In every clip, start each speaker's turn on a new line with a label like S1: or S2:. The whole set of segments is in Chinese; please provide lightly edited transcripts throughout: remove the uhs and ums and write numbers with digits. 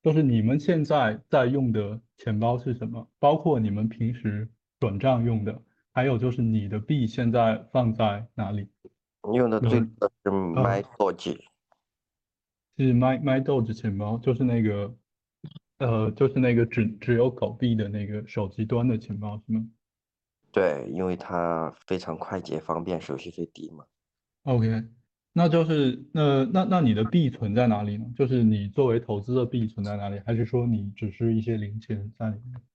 S1: 就是你们现在在用的钱包是什么？包括你们平时转账用的，还有就是你的币现在放在哪里？
S2: 用的最
S1: 有
S2: 多的是
S1: 呃，
S2: MyDoge。
S1: 是 MyDoge 钱包，就是那个只有狗币的那个手机端的钱包是吗
S2: 对，因为它非常快捷方便，手续费低嘛。
S1: ？OK，那就是那你的币存在哪里呢？就是你作为投资的币存在哪里？还是说你只是一些零钱在里面？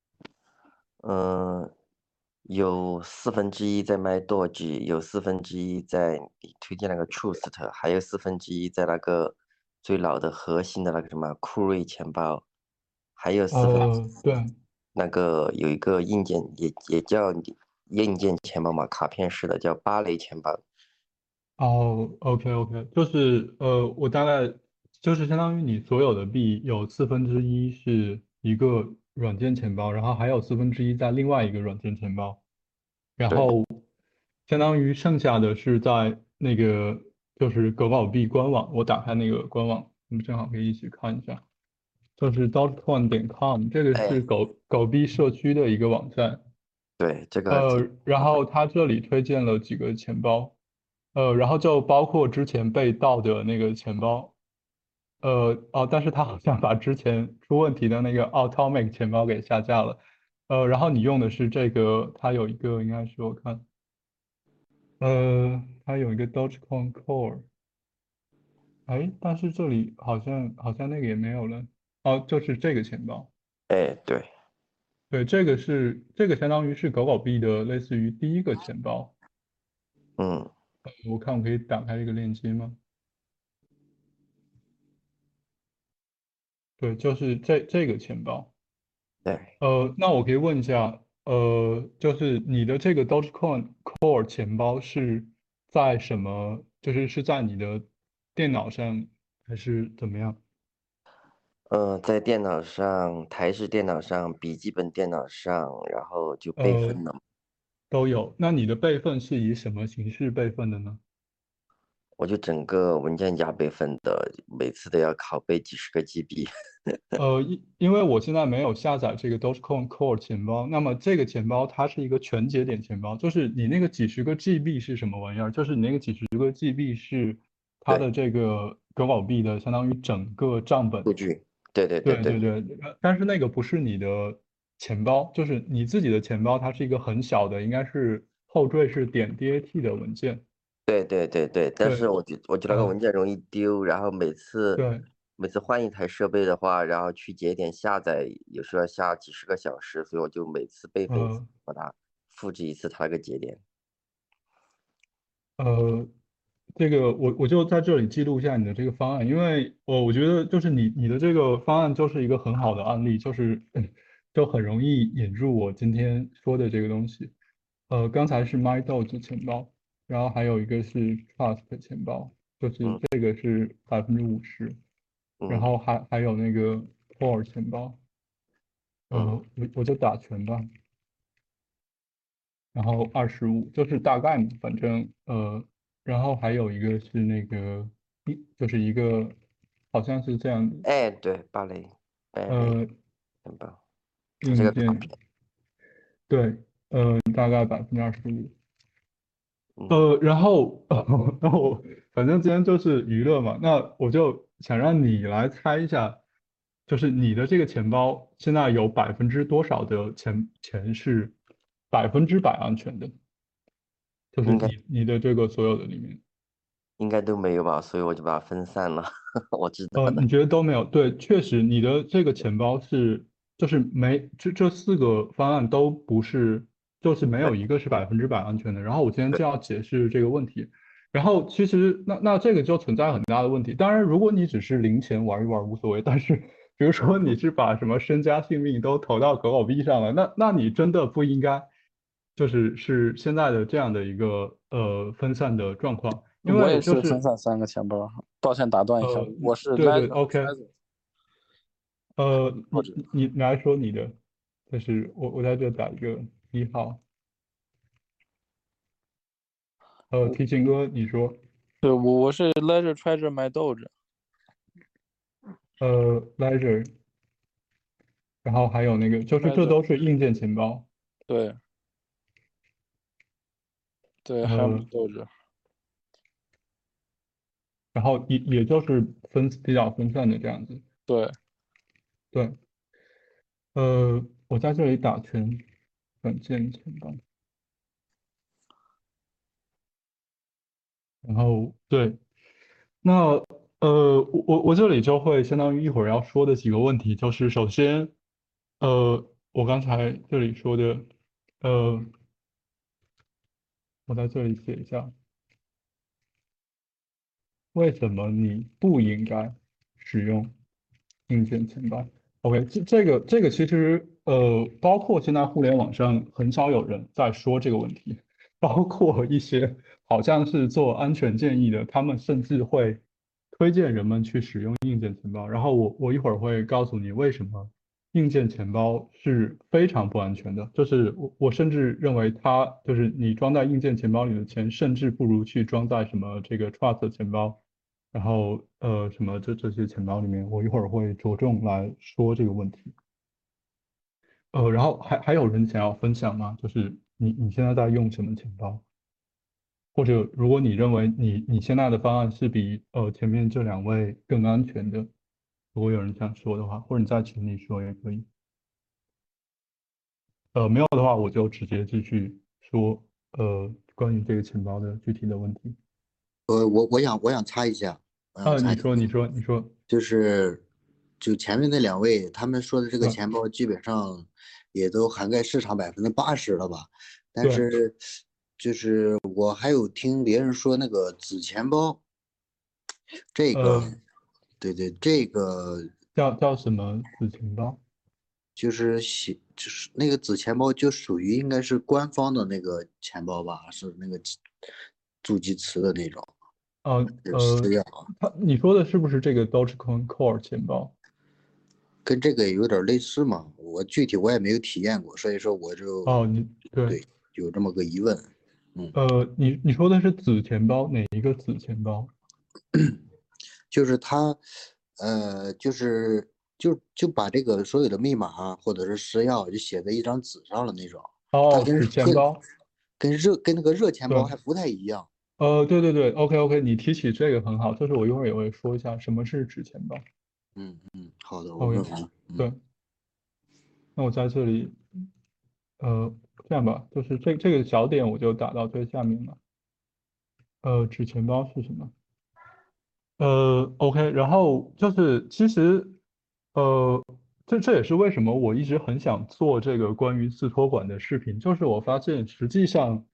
S2: 嗯，有1/4在 MyDoge，有1/4在你推荐那个 Trust，还有1/4在那个最老的核心的那个什么酷睿钱包，还有
S1: 对，
S2: 那个有一个硬件也叫硬件钱包嘛，卡片式的叫芭蕾钱包。
S1: 哦，OK OK，就是我大概就是相当于你所有的币有四分之一是一个软件钱包，然后还有四分之一在另外一个软件钱包，然
S2: 对。
S1: 后相当于剩下的是在那个就是狗宝币官网，我打开那个官网，我们正好可以一起看一下，就是 dotcoin.com，这个是
S2: 哎，
S1: 狗币社区的一个网站。
S2: 对，这个挺
S1: 然
S2: 好的。
S1: 后他这里推荐了几个钱包，然后就包括之前被盗的那个钱包，但是他好像把之前出问题的那个 Atomic 钱包给下架了，然后你用的是这个，它有一个应该是我看，它有一个 Dogecoin Core，哎，但是这里好像那个也没有了，哦，就是这个钱包，
S2: 哎，对。
S1: 对，这个相当于是狗狗币的类似于第一个钱包。
S2: 嗯。
S1: 我看我可以打开这个链接吗？对，就是这个钱包。
S2: 对。
S1: 那我可以问一下，就是你的这个 Dogecoin Core 钱包是在什么？是在你的电脑上还是怎么样？
S2: 在电脑上，台式电脑上，笔记本电脑上，然后就备
S1: 呃，
S2: 份了。
S1: 都有。那你的备份是以什么形式备份的呢？
S2: 我就整个文件夹备份的，每次都要拷贝几十个 GB。
S1: 因为我现在没有下载这个 Dogecoin Core 钱包，那么这个钱包它是一个全节点钱包，就是你那个几十个 GB 是什么玩意儿？就是你那个几十个 GB 是它
S2: 对，
S1: 的这个狗宝币的相当于整个账本。
S2: 数据。对对对对。
S1: 对对对，但是那个不是你的钱包，就是你自己的钱包，它是一个很小的，应该是后缀是点 DAT 的文件。
S2: 对对对对，但是
S1: 对，
S2: 我觉得那个
S1: 呃，
S2: 文件容易丢，然后
S1: 对，
S2: 每次换一台设备的话，然后去节点下载，有时候要下几十个小时，所以我就每次备份一次，
S1: 呃
S2: 把它复制一次它那个节点。
S1: 呃，这个我就在这里记录一下你的这个方案，因为我觉得就是你的这个方案就是一个很好的案例，就是就很容易引入我今天说的这个东西。刚才是 MyDoge 钱包，然后还有一个是 Trust 钱包，就是
S2: 嗯
S1: 这个是50%，然
S2: 嗯
S1: 后还有那个 Core 钱包，
S2: 嗯。
S1: 我就打全吧。然后25，就是大概嘛，反正然后还有一个是那个就是一个好像是这样的，
S2: 哎，对，芭蕾
S1: 呃，
S2: 钱包，它是
S1: 硬件，
S2: 个卡片。
S1: 对，大概25%，
S2: 嗯。
S1: 然后然后反正今天就是娱乐嘛，那我就想让你来猜一下，就是你的这个钱包现在有多少的钱是100%安全的，就是
S2: 应该
S1: 你的这个所有的里面。
S2: 应该都没有吧，所以我就把它分散了。我知道的。
S1: 你觉得都没有？对，确实，你的这个钱包就是没这四个方案都不是，就是没有
S2: 对
S1: 一个是100%安全的。然后我今天
S2: 对
S1: 就要解释这个问题。然后其实那这个就存在很大的问题。当然，如果你只是零钱玩一玩无所谓，但是比如说你是把什么身家性命都投到狗狗币上了，那你真的不应该，是现在的这样的一个分散的状况，因
S3: 我也
S1: 为就是
S3: 是分散三个钱包，抱歉打断一下，
S1: 呃
S3: 我是
S1: 对对
S3: Ledger 和
S1: ，OK。
S3: Trezor
S1: 你
S3: 或者
S1: 你来说你的，就是我在这打一个1号，
S3: 我
S1: 提醒哥你说，
S3: 对我是 Ledger Treasure My Doge。
S1: Ledger，然后还有那个，就是这
S3: Ledger，
S1: 都是硬件钱包。
S3: 对对，还有
S1: 呃，
S3: Doge，
S1: 然后也就是比较分散的这样子。
S3: 对，
S1: 对，我在这里打全软件钱包，然后对，那我这里就会相当于一会儿要说的几个问题，就是首先，我刚才这里说的，呃，我在这里写一下，为什么你不应该使用硬件钱包？OK，这个其实包括现在互联网上很少有人在说这个问题，包括一些好像是做安全建议的，他们甚至会推荐人们去使用硬件钱包。然后我一会儿会告诉你为什么硬件钱包是非常不安全的，就是我甚至认为它就是你装在硬件钱包里的钱，甚至不如去装在什么这个 Trust 钱包。然后什么这些钱包里面，我一会儿会着重来说这个问题。然后还有人想要分享吗？就是你现在在用什么钱包？或者如果你认为你现在的方案是比前面这两位更安全的，如果有人想说的话，或者你在群里说也可以。没有的话，我就直接继续说关于这个钱包的具体的问题。
S4: 我想插一下，
S1: 你说你说你说，
S4: 就是就前面那两位他们说的这个
S1: 嗯，
S4: 钱包基本上也都涵盖市场80%了吧？但
S1: 对，
S4: 是就是我还有听别人说那个子钱包，这个
S1: 呃，
S4: 对对，这个
S1: 叫什么子钱包？
S4: 就是那个子钱包就属于应该是官方的那个钱包吧，是那个助记词的那种，就是私钥。
S1: 你说的是不是这个 Dogecoin Core 钱包？
S4: 跟这个也有点类似嘛，我具体我也没有体验过，所以说我就
S1: 哦，对，
S4: 对有这么个疑问。嗯，
S1: 你说的是子钱包，哪一个子钱包？
S4: 就是他，就把这个所有的密码啊或者是私钥就写在一张纸上了那种，它
S1: 哦，纸钱包，
S4: 跟那个热钱包
S1: 对，
S4: 还不太一样。
S1: 对对对，OK OK，你提起这个很好，就是我一会儿也会说一下什么是纸钱包。
S4: 嗯嗯，好的，我
S1: OK，
S4: 问完了。嗯，
S1: 对，那我在这里，呃，这样吧，就是这个小点我就打到最下面了。纸钱包是什么？OK，然后就是其实，呃，这也是为什么我一直很想做这个关于自托管的视频，就是我发现实际上，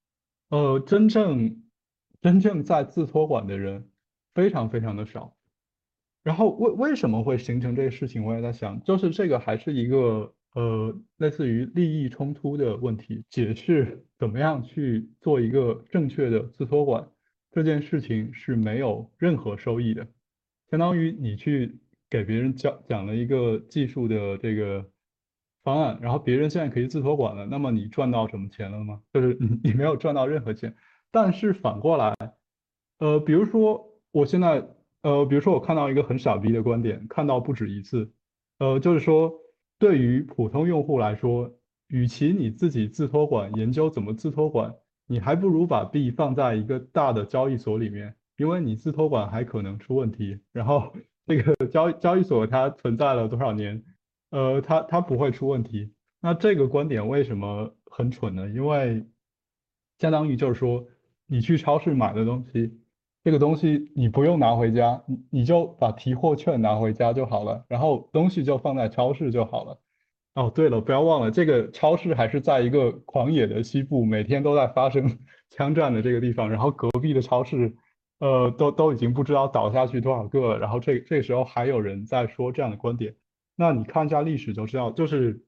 S1: 真正在自托管的人非常非常的少。然后为什么会形成这个事情，我也在想，就是这个还是一个类似于利益冲突的问题，解释怎么样去做一个正确的自托管这件事情是没有任何收益的，相当于你去给别人讲了一个技术的这个方案，然后别人现在可以自托管了，那么你赚到什么钱了吗？就是你没有赚到任何钱，但是反过来。比如说我现在，比如说我看到一个很傻逼的观点，看到不止一次，就是说对于普通用户来说，与其你自己自托管研究怎么自托管，你还不如把币放在一个大的交易所里面，因为你自托管还可能出问题，然后这个交易所它存在了多少年，它不会出问题。那这个观点为什么很蠢呢？因为相当于就是说，你去超市买的东西，这个东西你不用拿回家，你就把提货券拿回家就好了，然后东西就放在超市就好了。哦，对了，不要忘了，这个超市还是在一个狂野的西部，每天都在发生枪战的这个地方，然后隔壁的超市，都已经不知道倒下去多少个了，然后这个时候还有人在说这样的观点，那你看一下历史就知道，就是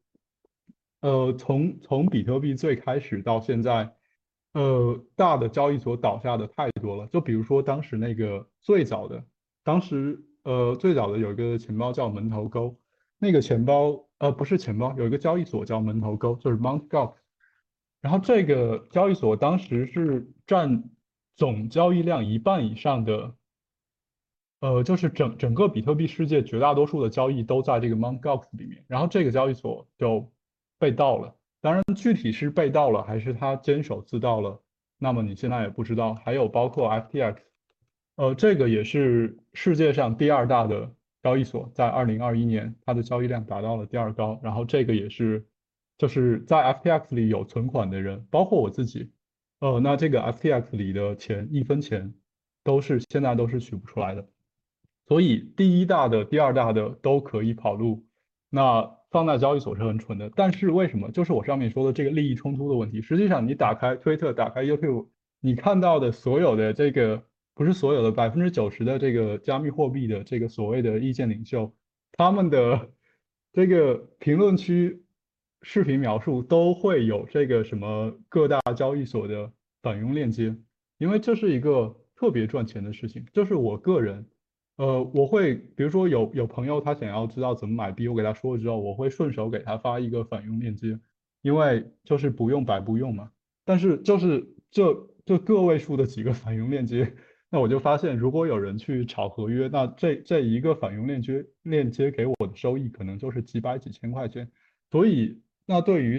S1: 从比特币最开始到现在，大的交易所倒下的太多了。就比如说当时那个最早的，当时最早的有一个钱包叫门头沟，那个钱包不是钱包，有一个交易所叫门头沟，就是 Mt. Gox。然后这个交易所当时是占总交易量一半以上的就是整个比特币世界绝大多数的交易都在这个 Mt. Gox 里面，然后这个交易所就被盗了。当然，具体是被盗了还是他监守自盗了，那么你现在也不知道。还有包括 FTX，这个也是世界上第二大的交易所，在2021年它的交易量达到了第二高，然后这个也是就是在 FTX 里有存款的人，包括我自己，那这个 FTX 里的钱一分钱现在都是取不出来的。所以第一大的、第二大的都可以跑路，那放在交易所是很蠢的。但是为什么？就是我上面说的这个利益冲突的问题。实际上，你打开推特、打开 YouTube，你看到的所有的这个不是所有的90%的这个加密货币的这个所谓的意见领袖，他们的这个评论区视频描述都会有这个什么各大交易所的返佣链接，因为这是一个特别赚钱的事情。就是我个人。我会比如说有朋友他想要知道怎么买币，我给他说了之后，我会顺手给他发一个返佣链接，因为就是不用白不用嘛。但是就是这个位数的几个返佣链接，那我就发现如果有人去炒合约，那这一个返佣链接给我的收益可能就是几百几千块钱。所以那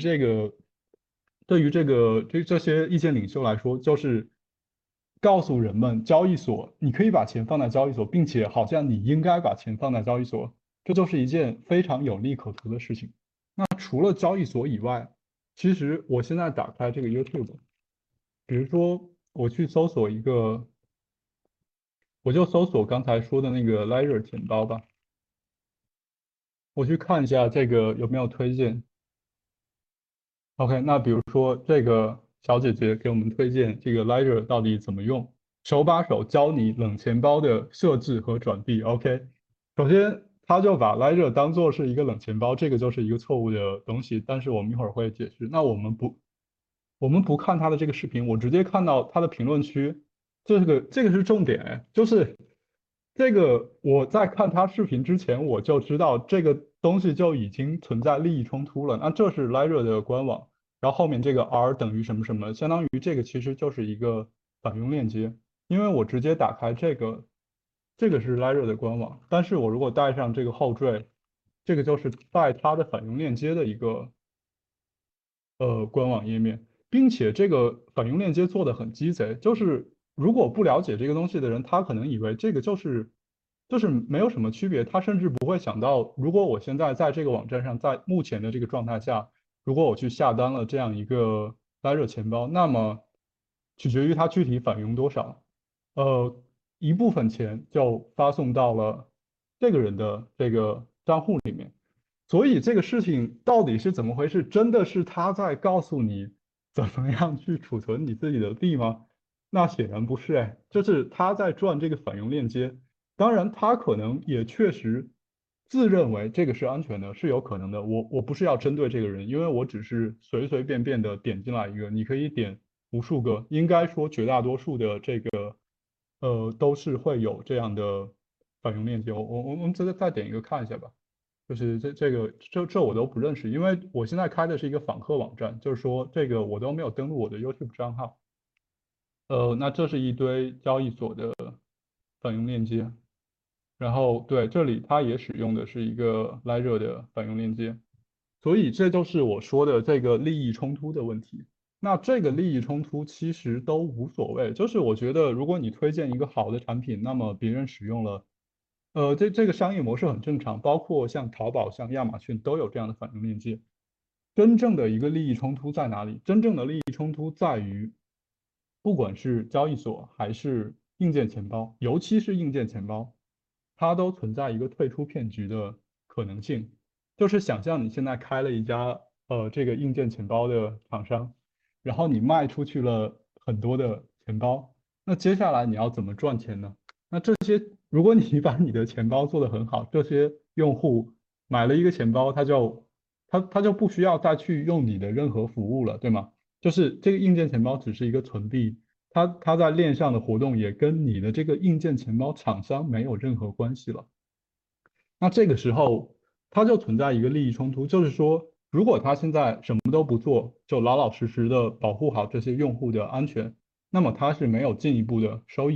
S1: 对于这些意见领袖来说，就是告诉人们，交易所你可以把钱放在交易所，并且好像你应该把钱放在交易所，这就是一件非常有利可图的事情。那除了交易所以外，其实我现在打开这个 YouTube，比如说我去搜索一个，我就搜索刚才说的那个 Ledger 钱包吧，我去看一下这个有没有推荐。OK，那比如说这个小姐姐给我们推荐这个 Ledger 到底怎么用，手把手教你冷钱包的设置和转币。OK，首先她就把 Ledger 当做是一个冷钱包，这个就是一个错误的东西，但是我们一会儿会解释。那我们不看她的这个视频，我直接看到她的评论区，这个是重点，哎就是这个我在看她视频之前我就知道这个东西就已经存在利益冲突了。那这是 Ledger 的官网。然后后面这个 R 等于什么什么，相当于这个其实就是一个返佣链接，因为我直接打开这个是 Ledger 的官网，但是我如果带上这个后缀，这个就是带它的返佣链接的一个官网页面，并且这个返佣链接做的很鸡贼，就是如果不了解这个东西的人，他可能以为这个就是没有什么区别，他甚至不会想到，如果我现在在这个网站上，在目前的这个状态下。如果我去下单了这样一个拉热钱包，那么取决于它具体返佣多少，一部分钱就发送到了这个人的这个账户里面。所以这个事情到底是怎么回事？真的是他在告诉你怎么样去储存你自己的币吗？那显然不是，哎，就是他在赚这个返佣链接。当然，他可能也确实自认为这个是安全的，是有可能的。我不是要针对这个人，因为我只是随随便便的点进来一个，你可以点无数个，应该说绝大多数的这个都是会有这样的返佣链接。我们再点一个看一下吧。就是这我都不认识，因为我现在开的是一个访客网站，就是说这个我都没有登录我的 YouTube 账号。那这是一堆交易所的返佣链接，然后对，这里它也使用的是一个 Ledger 的返佣链接，所以这就是我说的这个利益冲突的问题。那这个利益冲突其实都无所谓，就是我觉得如果你推荐一个好的产品，那么别人使用了，这个商业模式很正常，包括像淘宝、像亚马逊都有这样的返佣链接。真正的一个利益冲突在哪里？真正的利益冲突在于，不管是交易所还是硬件钱包，尤其是硬件钱包，它都存在一个退出骗局的可能性。就是想象你现在开了一家这个硬件钱包的厂商，然后你卖出去了很多的钱包，那接下来你要怎么赚钱呢？那这些，如果你把你的钱包做得很好，这些用户买了一个钱包，他就不需要再去用你的任何服务了，对吗？就是这个硬件钱包只是一个存币，它在链上的活动也跟你的这个硬件钱包厂商没有任何关系了。那这个时候，它就存在一个利益冲突，就是说，如果他现在什么都不做，就老老实实的保护好这些用户的安全，那么他是没有进一步的收益的。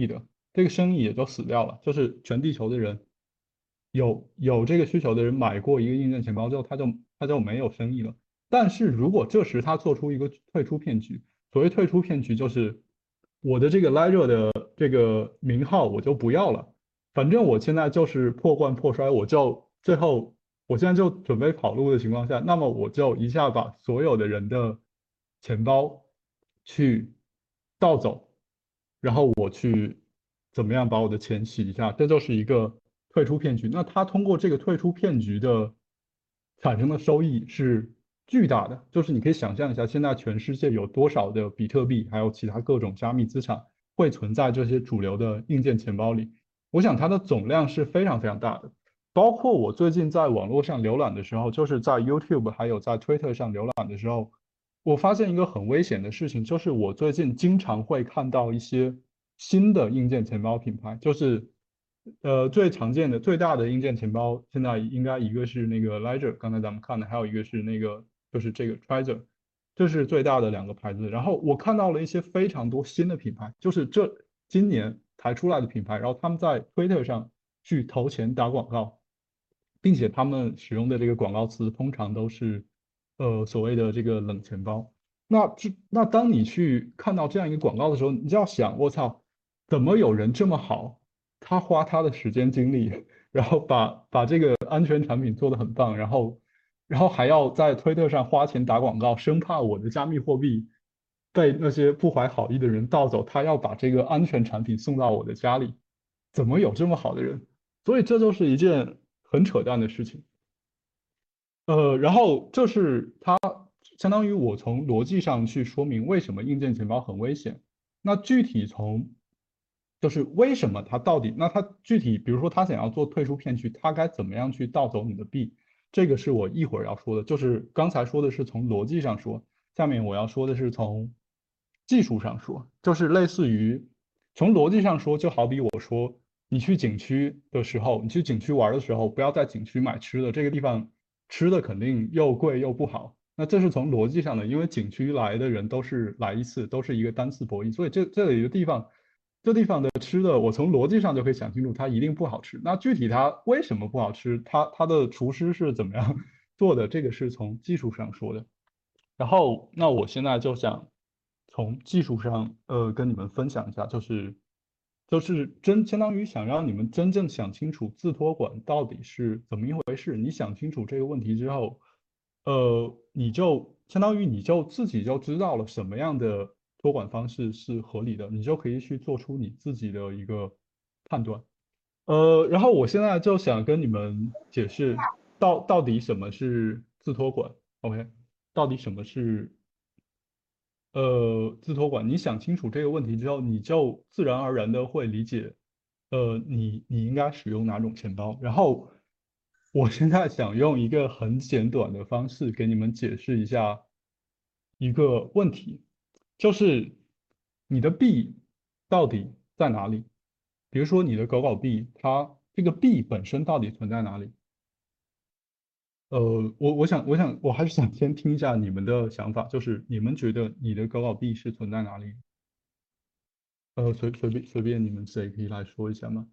S1: 这个生意也就死掉了。就是全地球的人有这个需求的人买过一个硬件钱包之后，他就没有生意了。但是如果这时他做出一个退出骗局，所谓退出骗局就是我的这个 Ledger 的这个名号我就不要了，反正我现在就是破罐破摔，我就最后我现在就准备跑路的情况下，那么我就一下把所有的人的钱包去盗走，然后我去怎么样把我的钱洗一下，这就是一个退出骗局。那他通过这个退出骗局的产生的收益是巨大的，就是你可以想象一下，现在全世界有多少的比特币，还有其他各种加密资产会存在这些主流的硬件钱包里。我想它的总量是非常非常大的。包括我最近在网络上浏览的时候，就是在 YouTube 还有在 Twitter 上浏览的时候，我发现一个很危险的事情，就是我最近经常会看到一些新的硬件钱包品牌，就是最常见的最大的硬件钱包，现在应该一个是那个 Ledger，刚才咱们看的，还有一个是那个就是这个 Trezor，这是最大的两个牌子。然后我看到了一些非常多新的品牌，就是今年才出来的品牌，然后他们在 Twitter 上去投钱打广告，并且他们使用的这个广告词通常都是所谓的这个冷钱包。那当你去看到这样一个广告的时候，你就要想，我操，怎么有人这么好，他花他的时间精力，然后把这个安全产品做得很棒，然后还要在推特上花钱打广告，生怕我的加密货币被那些不怀好意的人盗走，他要把这个安全产品送到我的家里，怎么有这么好的人？所以这就是一件很扯淡的事情。然后这是它相当于我从逻辑上去说明为什么硬件钱包很危险。那具体就是为什么它到底，那它具体比如说他想要做退出骗局，他该怎么样去盗走你的币？这个是我一会儿要说的，就是刚才说的是从逻辑上说，下面我要说的是从技术上说，就是类似于从逻辑上说，就好比我说你去景区的时候，你去景区玩的时候，不要在景区买吃的，这个地方吃的肯定又贵又不好。那这是从逻辑上的，因为景区来的人都是来一次，都是一个单次博弈，所以这里的地方，这地方的吃的，我从逻辑上就可以想清楚，它一定不好吃。那具体它为什么不好吃，它的厨师是怎么样做的，这个是从技术上说的。然后，那我现在就想从技术上，跟你们分享一下，就是相当于想让你们真正想清楚自托管到底是怎么一回事。你想清楚这个问题之后，你就相当于你就自己就知道了什么样的托管方式是合理的，你就可以去做出你自己的一个判断。然后我现在就想跟你们解释到底什么是自托管，OK？到底什么是自托管？你想清楚这个问题之后，你就自然而然的会理解，你应该使用哪种钱包。然后我现在想用一个很简短的方式给你们解释一下一个问题，就是你的币到底在哪里？比如说你的狗狗币，它这个币本身到底存在哪里？我还是想先听一下你们的想法，就是你们觉得你的狗狗币是存在哪里？随便你们谁可以来说一下吗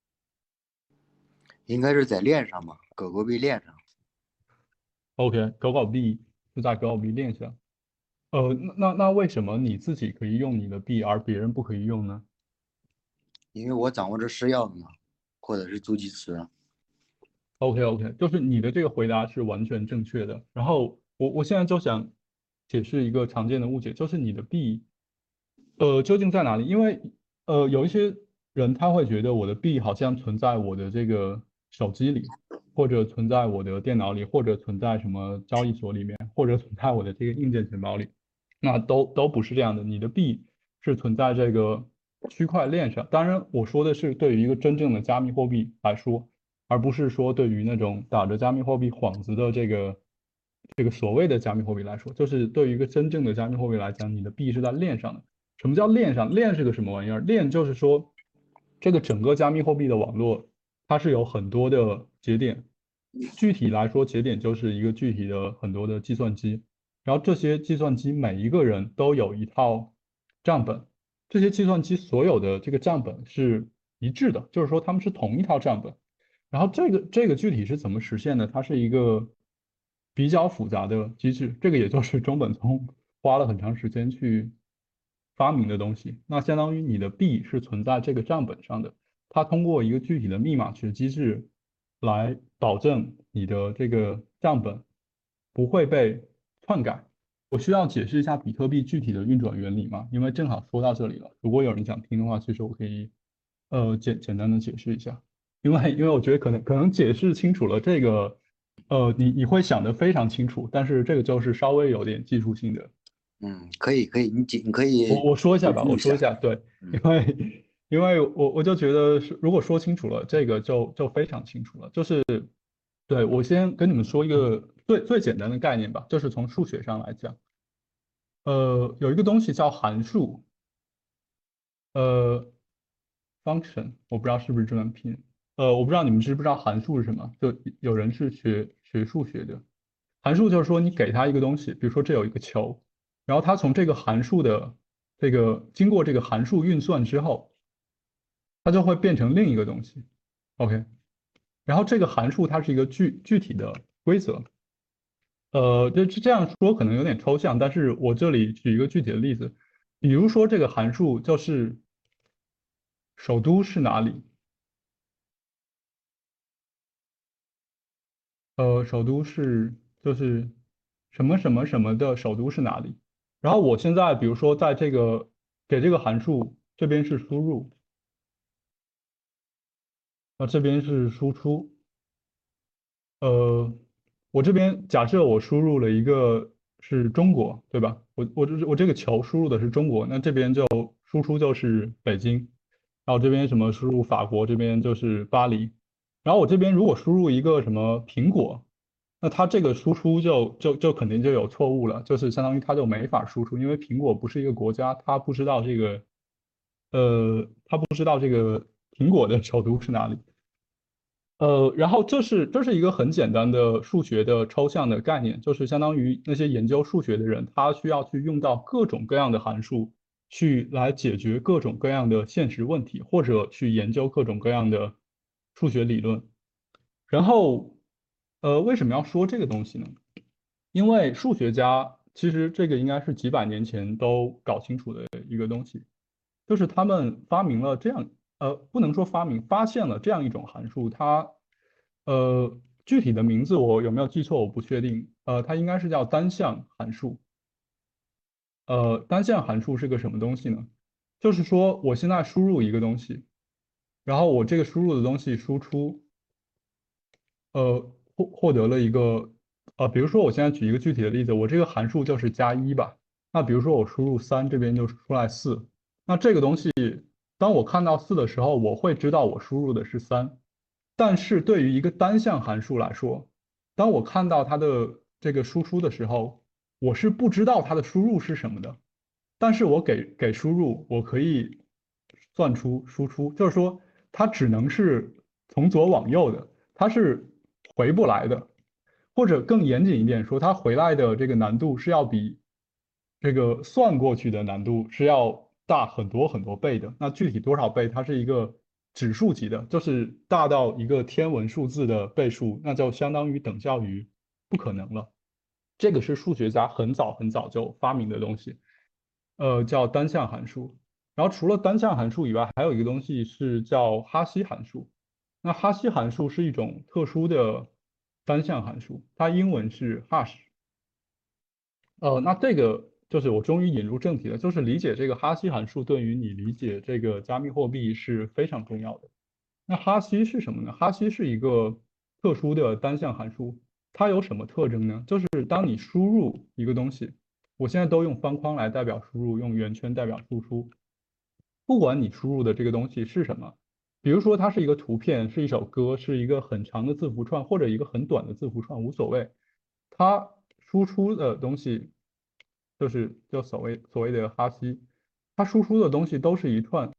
S4: 应该是在链上嘛，狗狗币链上。
S1: ？OK，狗狗币是在狗狗币链上。那为什么你自己可以用你的币，而别人不可以用呢
S4: 因为我掌握着私钥的嘛，或者是助记词。
S1: ？OK，就是你的这个回答是完全正确的。然后我现在就想解释一个常见的误解，就是你的币究竟在哪里？因为有一些人他会觉得我的币好像存在我的这个手机里，或者存在我的电脑里，或者存在什么交易所里面，或者存在我的这个硬件钱包里。那都不是这样的，你的币是存在这个区块链上。当然，我说的是对于一个真正的加密货币来说，而不是说对于那种打着加密货币幌子的这个所谓的加密货币来说，就是对于一个真正的加密货币来讲，你的币是在链上的。什么叫链上？链是个什么玩意儿？链就是说，这个整个加密货币的网络，它是有很多的节点。具体来说，节点就是一个具体的很多的计算机，然后这些计算机每一个人都有一套账本， 这些计算机所有的这个账本是一致的，就是说它们是同一套账本。然后这个具体是怎么实现的？它是一个比较复杂的机制，这个也就是中本聪花了很长时间去发明的东西。那相当于你的币是存在这个账本上的，它通过一个具体的密码学机制来保证你的这个账本不会被篡改。我需要解释一下比特币具体的运转原理吗？因为正好说到这里了，如果有人想听的话，其实我可以简单的解释一下。因为我觉得可能解释清楚了这个，你会想得非常清楚，但是这个就是稍微有点技术性的。
S4: 可以可以，你可以
S1: 我说一下吧，
S4: 解释一下。
S1: 我说一下，对，因
S4: 嗯
S1: 为因为我就觉得是如果说清楚了，这个就非常清楚了。就是对我先跟你们说一个最简单的概念吧，就是从数学上来讲，有一个东西叫函数，呃，function，我不知道是不是这么拼，我不知道你们知不知道函数是什么，就有人是学数学的，函数就是说你给它一个东西，比如说这有一个球，然后它从这个函数的经过这个函数运算之后，它就会变成另一个东西，OK，然后这个函数它是一个具体的规则，这样说可能有点抽象，但是我这里举一个具体的例子，比如说这个函数就是首都是哪里？首都是就是什么什么什么的首都是哪里？然后我现在比如说在这个给这个函数这边是输入，那这边是输出。我这边假设我输入了一个是中国，对吧？我这个球输入的是中国，那这边就输出就是北京，然后这边什么输入法国，这边就是巴黎。然后我这边如果输入一个什么苹果，那它这个输出就肯定就有错误了，就是相当于它就没法输出，因为苹果不是一个国家，它不知道这个，它不知道这个苹果的首都是哪里。然后这是一个很简单的数学的抽象的概念，就是相当于那些研究数学的人，他需要去用到各种各样的函数，去来解决各种各样的现实问题，或者去研究各种各样的数学理论。然后，为什么要说这个东西呢？因为数学家其实这个应该是几百年前都搞清楚的一个东西。就是他们发明了这样，不能说发明，发现了这样一种函数，它，具体的名字我有没有记错，我不确定，它应该是叫单向函数。单向函数是个什么东西呢？就是说我现在输入一个东西，然后我这个输入的东西输出，获得了一个，比如说我现在举一个具体的例子，我这个函数就是+1吧，那比如说我输入3，这边就出来4，那这个东西。当我看到4的时候，我会知道我输入的是3。但是对于一个单向函数来说，当我看到它的这个输出的时候，我是不知道它的输入是什么的。但是我给输入，我可以算出输出，就是说它只能是从左往右的，它是回不来的。或者更严谨一点说，它回来的这个难度是要比这个算过去的难度是要大很多很多倍的。那具体多少倍，它是一个指数级的，就是大到一个天文数字的倍数，那就相当于等效于不可能了。这个是数学家很早很早就发明的东西，叫单向函数。然后除了单向函数以外，还有一个东西是叫哈希函数。那哈希函数是一种特殊的单向函数，它英文是 hash。那这个就是我终于引入正题了，就是理解这个哈希函数对于你理解这个加密货币是非常重要的。那哈希是什么呢？哈希是一个特殊的单向函数，它有什么特征呢？就是当你输入一个东西，我现在都用方框来代表输入，用圆圈代表输出。不管你输入的这个东西是什么，比如说它是一个图片，是一首歌，是一个很长的字符串，或者一个很短的字符串，无所谓。它输出的东西就所谓的哈希，它输出的东西都是一串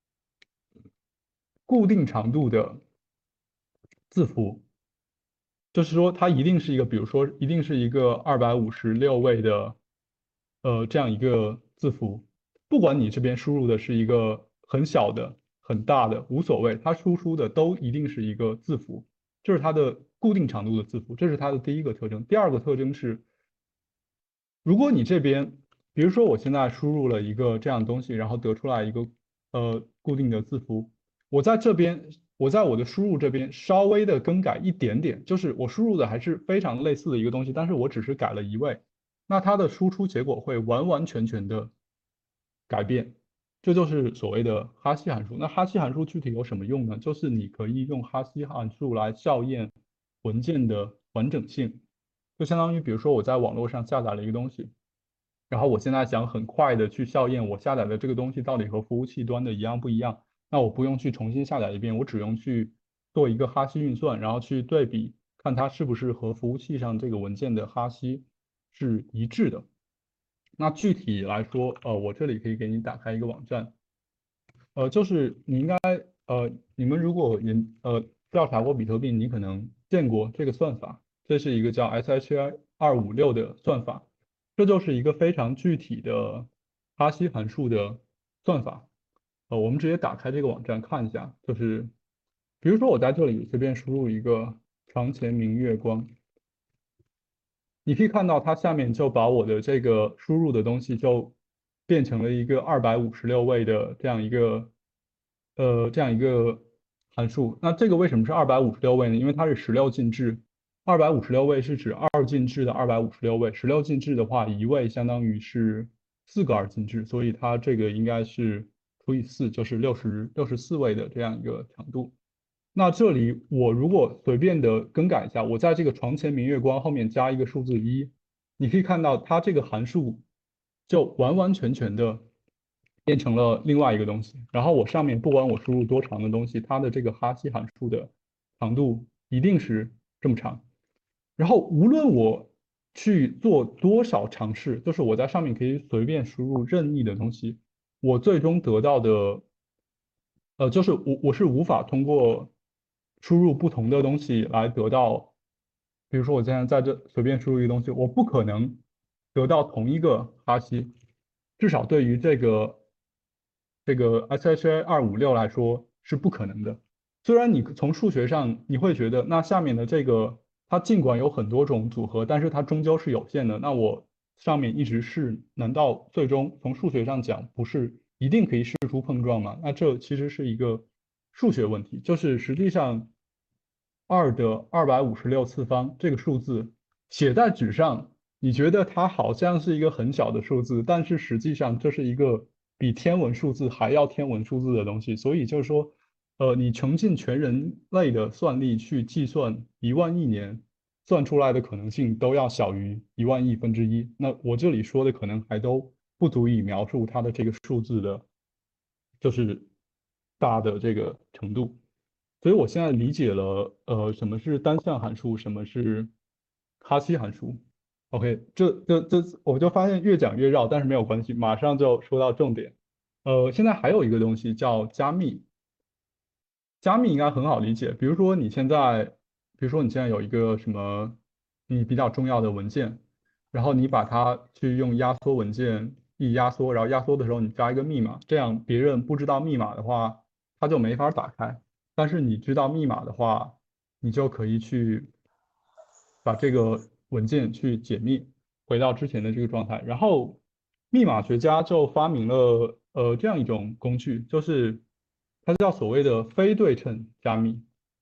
S1: 固定长度的字符，就是说它一定是一个，比如说一定是一个256位的这样一个字符。 不管你这边输入的是一个很小的、很大的，无所谓，它输出的都一定是一个字符，这是它的固定长度的字符，这是它的第一个特征。第二个特征是，如果你这边，比如说我现在输入了一个这样的东西，然后得出来一个固定的字符，我在这边，我在我的输入这边稍微的更改一点点，就是我输入的还是非常类似的一个东西，但是我只是改了一位，那它的输出结果会完完全全的改变，这就是所谓的哈希函数。那哈希函数具体有什么用呢？就是你可以用哈希函数来校验文件的完整性，就相当于比如说我在网络上下载了一个东西，然后我现在想很快的去校验我下载的这个东西到底和服务器端的一样不一样，那我不用去重新下载一遍，我只用去做一个哈希运算，然后去对比看它是不是和服务器上这个文件的哈希是一致的。那具体来说，我这里可以给你打开一个网站，就是你应该，你们如果调查过比特币，你可能见过这个算法，这是一个叫 SHA-256的算法，这就是一个非常具体的哈希函数的算法。我们直接打开这个网站看一下，就是比如说我在这里随便输入一个床前明月光。你可以看到它下面就把我的这个输入的东西就变成了一个256位的这样一个函数。那这个为什么是256位呢？因为它是16进制，256位是指二进制的256位，16进制的话，一位相当于是4个二进制，所以它这个应该是除以4，就是64位的这样一个长度。那这里我如果随便的更改一下，我在这个床前明月光后面加一个数字1，你可以看到它这个函数就完完全全的变成了另外一个东西。然后我上面不管我输入多长的东西，它的这个哈希函数的长度一定是这么长。然后无论我去做多少尝试，就是我在上面可以随便输入任意的东西，我最终得到的，就是我是无法通过输入不同的东西来得到，比如说我现在在这随便输入一个东西，我不可能得到同一个哈希，至少对于这个 SHA-256来说是不可能的。虽然你从数学上你会觉得，那下面的这个它尽管有很多种组合，但是它终究是有限的。那我上面一直是，难道最终从数学上讲不是一定可以试出碰撞吗？那这其实是一个数学问题，就是实际上2的256次方这个数字写在纸上，你觉得它好像是一个很小的数字，但是实际上这是一个比天文数字还要天文数字的东西。所以就是说，你穷尽全人类的算力去计算1万亿年，算出来的可能性都要小于1万亿分之一。那我这里说的可能还都不足以描述它的这个数字的，就是大的这个程度。所以我现在理解了，什么是单向函数，什么是哈希函数。OK，我就发现越讲越绕，但是没有关系，马上就说到重点。现在还有一个东西叫加密，加密应该很好理解。比如说你现在有一个什么你比较重要的文件，然后你把它去用压缩文件一压缩，然后压缩的时候你加一个密码，这样别人不知道密码的话，他就没法打开。但是你知道密码的话，你就可以去把这个文件去解密，回到之前的这个状态。然后密码学家就发明了这样一种工具，就是它叫所谓的非对称加密。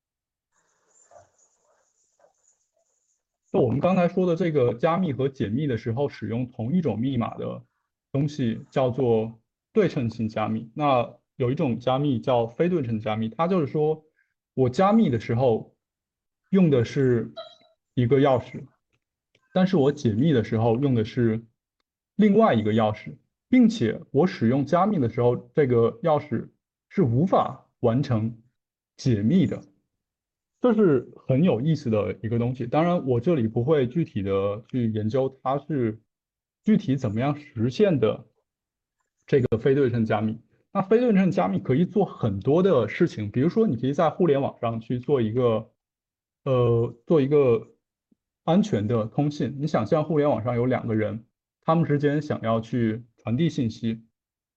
S1: 就我们刚才说的这个加密和解密的时候，使用同一种密码的东西叫做对称性加密。那有一种加密叫非对称加密，它就是说我加密的时候用的是一个钥匙，但是我解密的时候用的是另外一个钥匙，并且我使用加密的时候，这个钥匙是无法完成解密的。这是很有意思的一个东西。当然，我这里不会具体的去研究它是具体怎么样实现的这个非对称加密。那非对称加密可以做很多的事情，比如说你可以在互联网上去做一个安全的通信。你想象互联网上有2个人，他们之间想要去传递信息，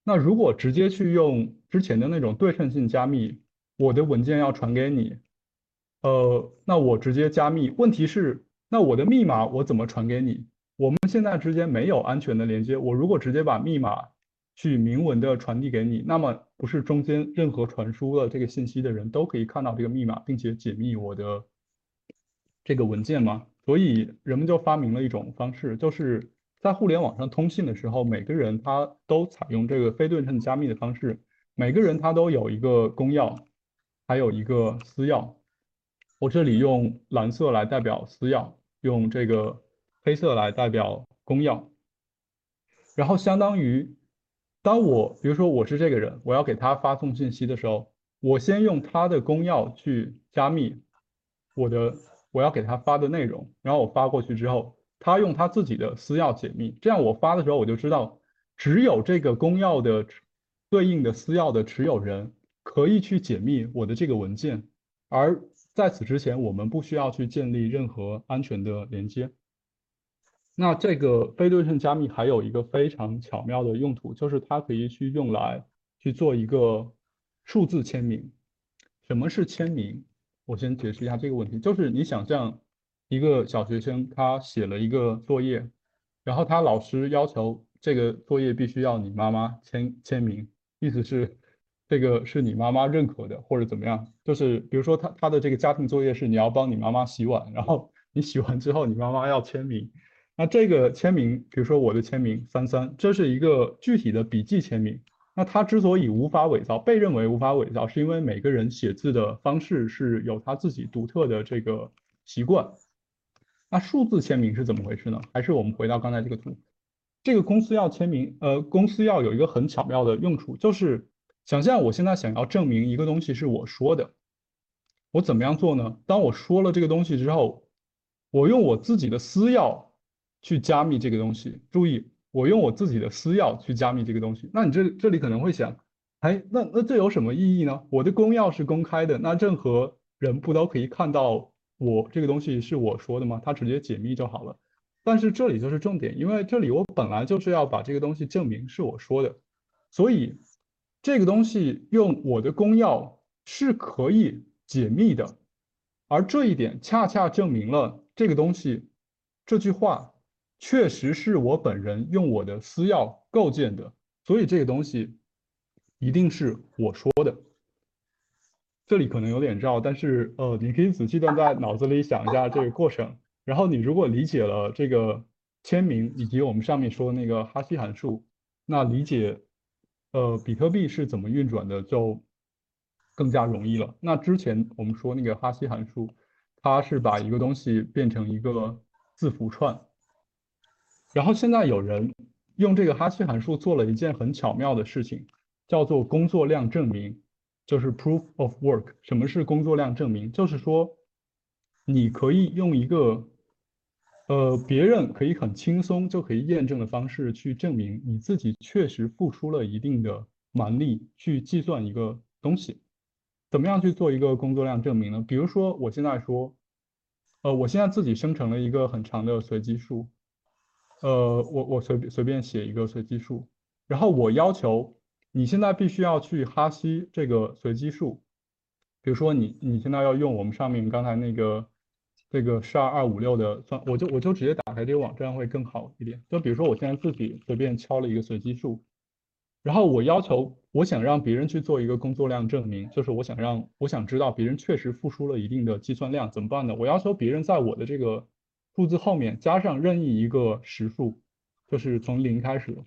S1: 那如果直接去用之前的那种对称性加密，我的文件要传给你，那我直接加密，问题是，那我的密码我怎么传给你？我们现在之间没有安全的连接，我如果直接把密码去明文的传递给你，那么不是中间任何传输了这个信息的人都可以看到这个密码，并且解密我的这个文件吗？所以人们就发明了一种方式，就是在互联网上通信的时候，每个人他都采用这个非对称加密的方式，每个人他都有一个公钥，还有一个私钥。我这里用蓝色来代表私钥，用这个黑色来代表公钥。然后相当于，当我比如说我是这个人，我要给他发送信息的时候，我先用他的公钥去加密我要给他发的内容，然后我发过去之后，他用他自己的私钥解密，这样我发的时候我就知道，只有这个公钥的对应的私钥的持有人可以去解密我的这个文件，而在此之前，我们不需要去建立任何安全的连接。那这个非对称加密还有一个非常巧妙的用途，就是它可以去用来去做一个数字签名。什么是签名？我先解释一下这个问题，就是你想象一个小学生他写了一个作业，然后他老师要求这个作业必须要你妈妈签名，意思是这个是你妈妈认可的或者怎么样，就是比如说他的这个家庭作业是你要帮你妈妈洗碗，然后你洗完之后你妈妈要签名。那这个签名，比如说我的签名33，这是一个具体的笔记签名。那它之所以无法伪造，被认为无法伪造，是因为每个人写字的方式是有他自己独特的这个习惯。那数字签名是怎么回事呢？还是我们回到刚才这个图，这个公司要签名，公司要有一个很巧妙的用处，就是想象我现在想要证明一个东西是我说的，我怎么样做呢？当我说了这个东西之后，我用我自己的私钥去加密这个东西。注意，我用我自己的私钥去加密这个东西。那你这里可能会想，哎，那这有什么意义呢？我的公钥是公开的，那任何人不都可以看到我这个东西是我说的吗？他直接解密就好了。但是这里就是重点，因为这里我本来就是要把这个东西证明是我说的，所以这个东西用我的公钥是可以解密的，而这一点恰恰证明了这个东西，这句话确实是我本人用我的私钥构建的，所以这个东西一定是我说的。这里可能有点绕，但是你可以仔细的在脑子里想一下这个过程，然后你如果理解了这个签名以及我们上面说的那个哈希函数，那理解比特币是怎么运转的就更加容易了。那之前我们说那个哈希函数，它是把一个东西变成一个字符串，然后现在有人用这个哈希函数做了一件很巧妙的事情，叫做工作量证明，就是 proof of work。什么是工作量证明？就是说，你可以用一个别人可以很轻松就可以验证的方式去证明你自己确实付出了一定的蛮力去计算一个东西。怎么样去做一个工作量证明呢？比如说，我现在说，我现在自己生成了一个很长的随机数。我随便写一个随机数，然后我要求你现在必须要去哈希这个随机数，比如说你现在要用我们上面刚才那个这个12256的算，我就直接打开这个网站会更好一点。就比如说我现在自己随便敲了一个随机数，然后我要求我想让别人去做一个工作量证明，就是我想知道别人确实付出了一定的计算量，怎么办呢？我要求别人在我的这个数字后面加上任意一个实数，就是从0开始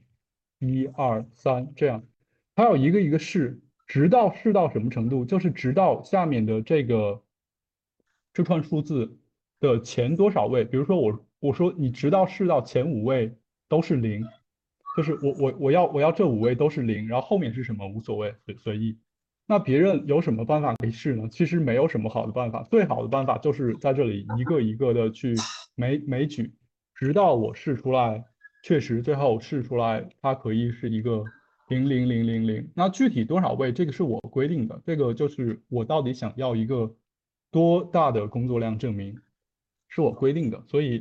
S1: ，1、2、3这样，还有一个一个试，直到试到什么程度？就是直到下面的这串数字的前多少位，比如说我说你直到试到前5位都是0，就是我要这5位都是0，然后后面是什么无所谓，随意。那别人有什么办法可以试呢？其实没有什么好的办法，最好的办法就是在这里一个一个的去枚举，直到我试出来，确实最后试出来它可以是一个00000。那具体多少位，这个是我规定的，这个就是我到底想要一个多大的工作量证明，是我规定的。所以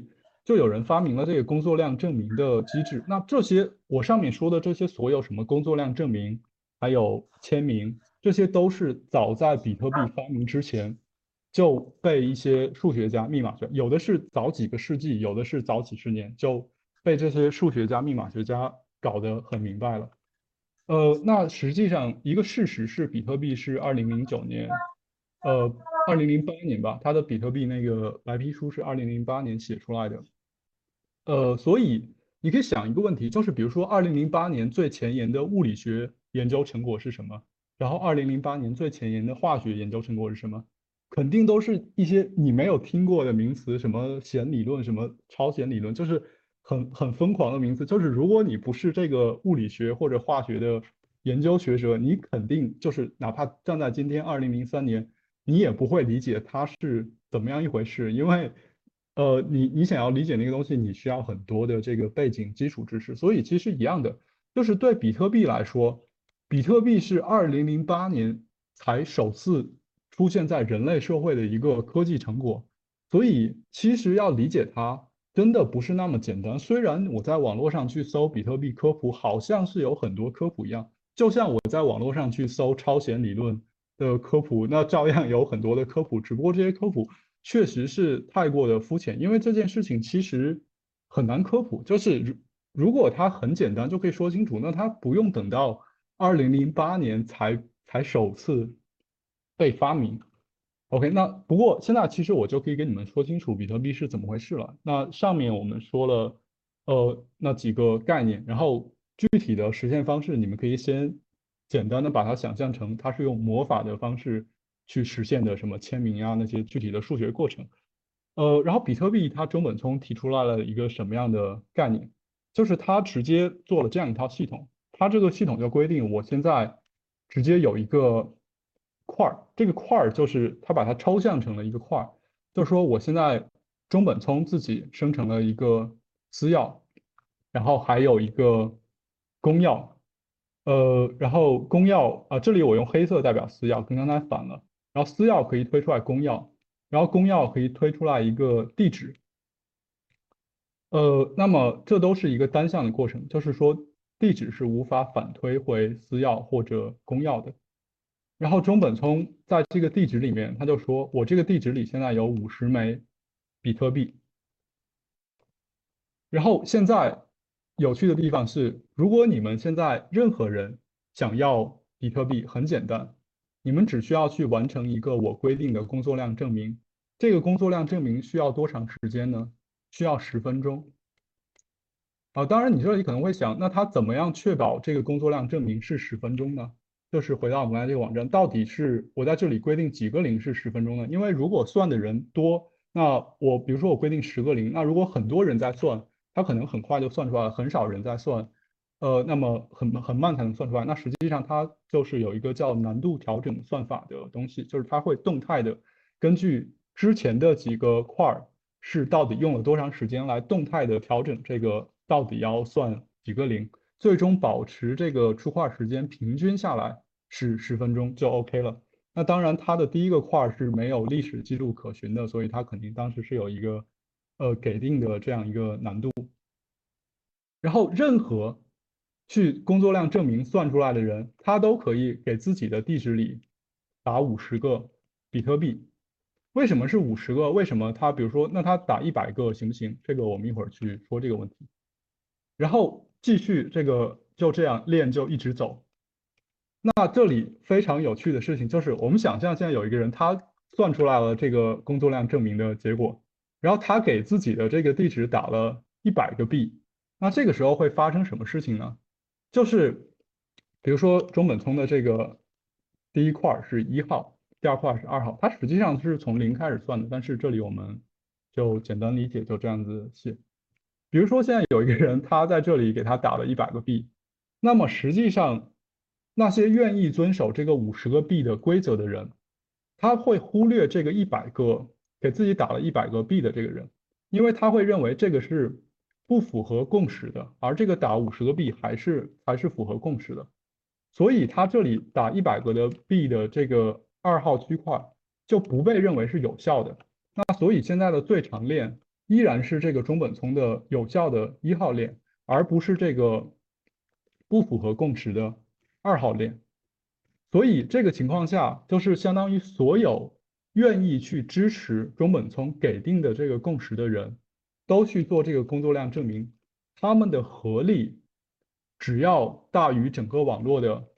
S1: 就有人发明了这个工作量证明的机制。那这些我上面说的这些所有什么工作量证明，还有签名，这些都是早在比特币发明之前就被一些数学家、密码学，有的是早几个世纪，有的是早几十年，就被这些数学家、密码学家搞得很明白了。那实际上一个事实是，比特币是2009年，2008年吧，它的比特币那个白皮书是2008年写出来的。所以你可以想一个问题，就是比如说2008年最前沿的物理学研究成果是什么？然后2008年最前沿的化学研究成果是什么？肯定都是一些你没有听过的名词，什么弦理论，什么超弦理论，就是很疯狂的名词。就是如果你不是这个物理学或者化学的研究学者，你肯定就是哪怕站在今天2003年，你也不会理解它是怎么样一回事，因为你想要理解那个东西，你需要很多的这个背景基础知识。所以其实一样的，就是对比特币来说，比特币是2008年才首次出现在人类社会的一个科技成果，所以其实要理解它真的不是那么简单。虽然我在网络上去搜比特币科普，好像是有很多科普一样，就像我在网络上去搜超弦理论的科普，那照样有很多的科普，只不过这些科普确实是太过的肤浅，因为这件事情其实很难科普，就是如果它很简单就可以说清楚，那它不用等到2008年才首次被发明。OK，那不过现在其实我就可以给你们说清楚比特币是怎么回事了。那上面我们说了，那几个概念，然后具体的实现方式，你们可以先简单的把它想象成它是用魔法的方式去实现的，什么签名啊那些具体的数学过程。然后比特币它中本聪提出来了一个什么样的概念？就是他直接做了这样一套系统，它这个系统就规定我现在直接有一个块儿，这个块儿就是它把它抽象成了一个块儿，就是说我现在中本聪自己生成了一个私钥，然后还有一个公钥，然后公钥啊，这里我用黑色代表私钥，跟刚才反了，然后私钥可以推出来公钥，然后公钥可以推出来一个地址。那么这都是一个单向的过程，就是说地址是无法反推回私钥或者公钥的。然后中本聪在这个地址里面，他就说我这个地址里现在有50枚比特币。然后现在有趣的地方是，如果你们现在任何人想要比特币，很简单，你们只需要去完成一个我规定的工作量证明。这个工作量证明需要多长时间呢？需要10分钟。当然，你这里可能会想，那他怎么样确保这个工作量证明是10分钟呢？就是回到我们刚才这个网站，到底是我在这里规定几个零是10分钟呢？因为如果算的人多，那我比如说我规定10个0，那如果很多人在算，他可能很快就算出来了，很少人在算，那么很慢才能算出来。那实际上它就是有一个叫难度调整算法的东西，就是它会动态的根据之前的几个块儿是到底用了多长时间来动态的调整这个到底要算几个零，最终保持这个出块时间平均下来是10分钟就 OK 了。那当然，它的第一个块是没有历史记录可循的，所以它肯定当时是有一个给定的这样一个难度。然后任何去工作量证明算出来的人，他都可以给自己的地址里打50个比特币。为什么是50个？为什么他比如说，那他打100个行不行？这个我们一会儿去说这个问题。然后继续这个就这样链就一直走。那这里非常有趣的事情就是，我们想象现在有一个人，他算出来了这个工作量证明的结果，然后他给自己的这个地址打了100个币。那这个时候会发生什么事情呢？就是比如说中本聪的这个第一块是1号，第二块是2号，它实际上是从零开始算的，但是这里我们就简单理解，就这样子写。比如说现在有一个人，他在这里给他打了100个币，那么实际上那些愿意遵守这个50个币的规则的人，他会忽略这个100个给自己打了100个币的这个人，因为他会认为这个是不符合共识的，而这个打50个币才是符合共识的，所以他这里打100个币的这个2号区块就不被认为是有效的。那所以现在的最长链依然是这个中本聪的有效的1号链，而不是这个不符合共识的2号链。所以这个情况下，就是相当于所有愿意去支持中本聪给定的这个共识的人，都去做这个工作量证明，他们的合力只要大于整个网络的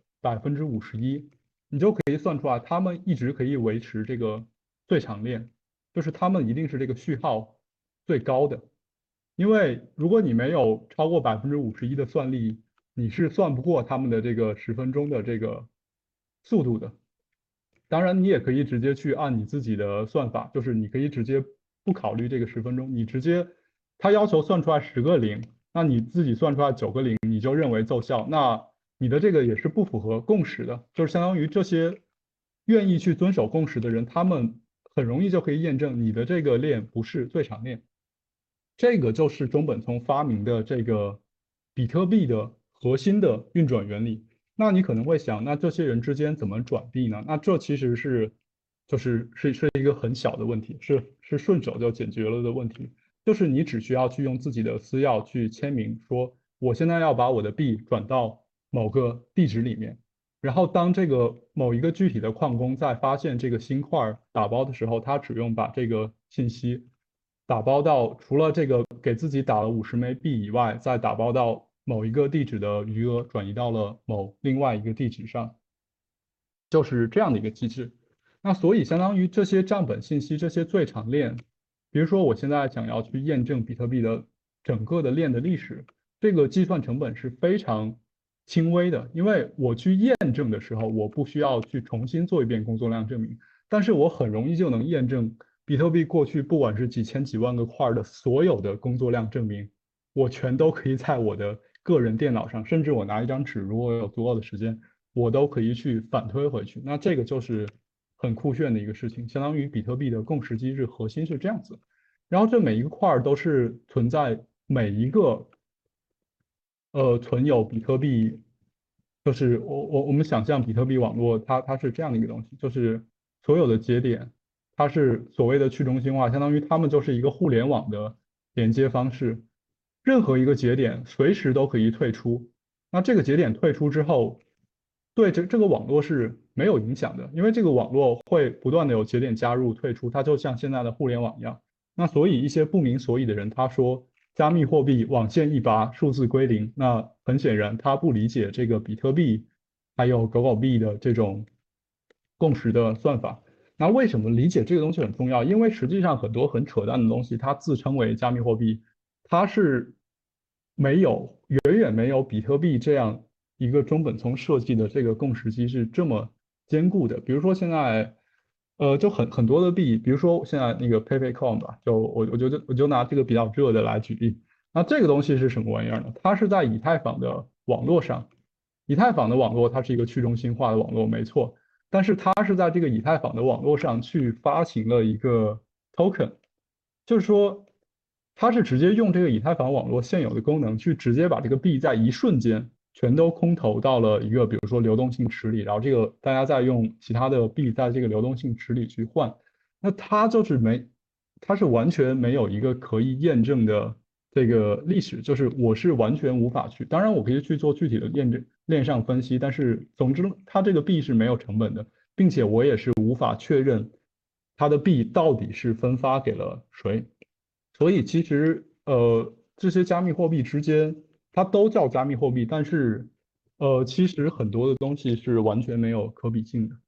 S1: 51%，你就可以算出来，他们一直可以维持这个最长链，就是他们一定是这个序号最高的。因为如果你没有超过51%的算力，你是算不过他们的这个10分钟的这个速度的。当然，你也可以直接去按你自己的算法，就是你可以直接不考虑这个10分钟，你直接他要求算出来10个0，那你自己算出来9个0，你就认为奏效，那你的这个也是不符合共识的，就是相当于这些愿意去遵守共识的人，他们很容易就可以验证你的这个链不是最长链。这个就是中本聪发明的这个比特币的核心的运转原理。那你可能会想，那这些人之间怎么转币呢？那这其实是是一个很小的问题，是顺手就解决了的问题。就是你只需要去用自己的私钥去签名，说我现在要把我的币转到某个地址里面，然后当这个某一个具体的矿工在发现这个新块打包的时候，他只用把这个信息打包到除了这个给自己打了50枚币以外，再打包到某一个地址的余额转移到了另外一个地址上，就是这样的一个机制。那所以相当于这些账本信息，这些最长链，比如说我现在想要去验证比特币的整个的链的历史，这个计算成本是非常轻微的，因为我去验证的时候，我不需要去重新做一遍工作量证明，但是我很容易就能验证比特币过去不管是几千几万个块的所有的工作量证明，我全都可以在我的个人电脑上，甚至我拿一张纸，如果我有足够的时间，我都可以去反推回去。那这个就是很酷炫的一个事情，相当于比特币的共识机制核心是这样子。然后这每一个块都是存在每一个存有比特币，就是我们想象比特币网络它是这样的一个东西，就是所有的节点它是所谓的去中心化，相当于它们就是一个互联网的连接方式，任何一个节点随时都可以退出。那这个节点退出之后，对这个网络是没有影响的，因为这个网络会不断的有节点加入退出，它就像现在的互联网一样。那所以一些不明所以的人，他说加密货币网线一拔，数字归零，那很显然他不理解这个比特币还有狗币的这种共识的算法。那为什么理解这个东西很重要？因为实际上很多很扯淡的东西，它自称为加密货币，它是远远没有比特币这样一个中本聪设计的这个共识机制这么坚固的。比如说现在，就很多的币，比如说现在那个 PayPayCoin 吧，我就拿这个比较热的来举例。那这个东西是什么玩意儿呢？它是在以太坊的网络上，以太坊的网络它是一个去中心化的网络，没错。但是它是在这个以太坊的网络上去发行了一个 token，就是说它是直接用这个以太坊网络现有的功能去直接把这个币在一瞬间全都空投到了一个比如说流动性池里，然后这个大家再用其他的币在这个流动性池里去换，那它是完全没有一个可以验证的这个历史，就是我是完全无法去，当然我可以去做具体的验证链上分析，但是总之它这个币是没有成本的，并且我也是无法确认它的币到底是分发给了谁。所以其实这些加密货币之间它都叫加密货币，但是其实很多的东西是完全没有可比性的。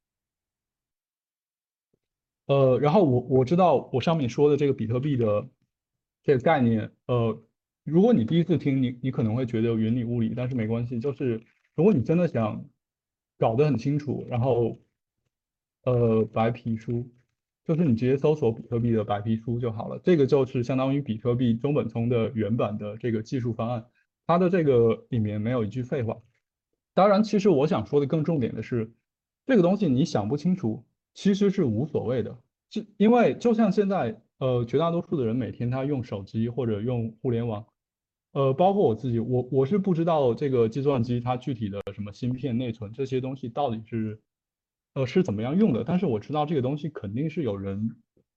S1: 然后我知道我上面说的这个比特币的这个概念，如果你第一次听，你可能会觉得云里雾里，但是没关系，就是如果你真的想搞得很清楚，然后白皮书，就是你直接搜索比特币的白皮书就好了，这个就是相当于比特币中本聪的原版的这个技术方案，它的这个里面没有一句废话。当然，其实我想说的更重点的是，这个东西你想不清楚，其实是无所谓的。因为就像现在，绝大多数的人每天他用手机或者用互联网，包括我自己，我是不知道这个计算机它具体的什么芯片、内存这些东西到底是怎么样用的，但是我知道这个东西肯定是有人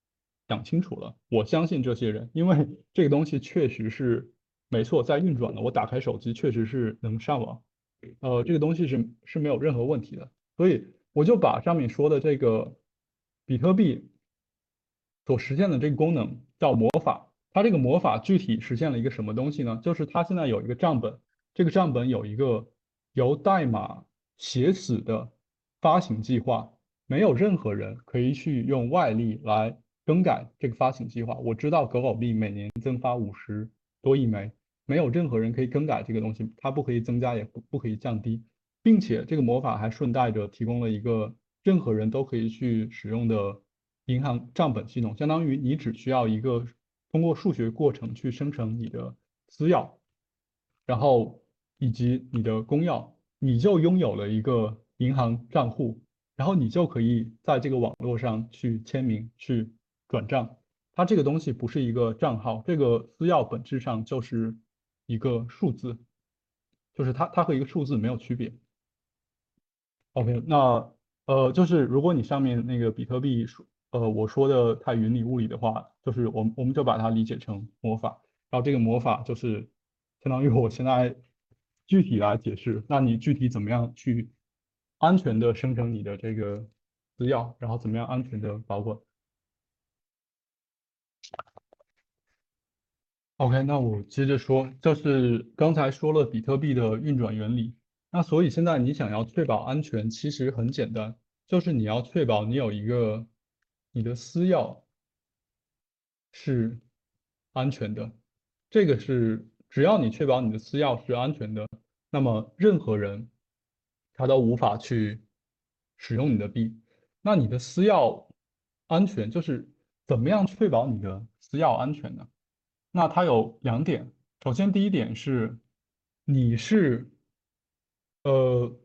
S1: 讲清楚了，我相信这些人，因为这个东西确实是没错，在运转的。我打开手机确实是能上网，这个东西是没有任何问题的。所以我就把上面说的这个比特币所实现的这个功能叫魔法。它这个魔法具体实现了一个什么东西呢？就是它现在有一个账本，这个账本有一个由代码写死的发行计划，没有任何人可以去用外力来更改这个发行计划。我知道狗狗币每年增发50多亿枚，没有任何人可以更改这个东西，它不可以增加，也不可以降低，并且这个魔法还顺带着提供了一个任何人都可以去使用的银行账本系统，相当于你只需要一个通过数学过程去生成你的私钥，然后以及你的公钥，你就拥有了一个银行账户，然后你就可以在这个网络上去签名、去转账。它这个东西不是一个账号，这个私钥本质上就是一个数字，就是它和一个数字没有区别。OK，那就是如果你上面那个比特币我说的太云里雾里的话，就是我们就把它理解成魔法，然后这个魔法就是相当于我现在具体来解释，那你具体怎么样去安全的生成你的这个私钥，然后怎么样安全的保管。OK，那我接着说，就是刚才说了比特币的运转原理，那所以现在你想要确保安全，其实很简单，就是你要确保你有一个你的私钥是安全的，这个是只要你确保你的私钥是安全的，那么任何人他都无法去使用你的币。那你的私钥安全就是怎么样确保你的私钥安全呢？那它有2点，首先第一点是你是呃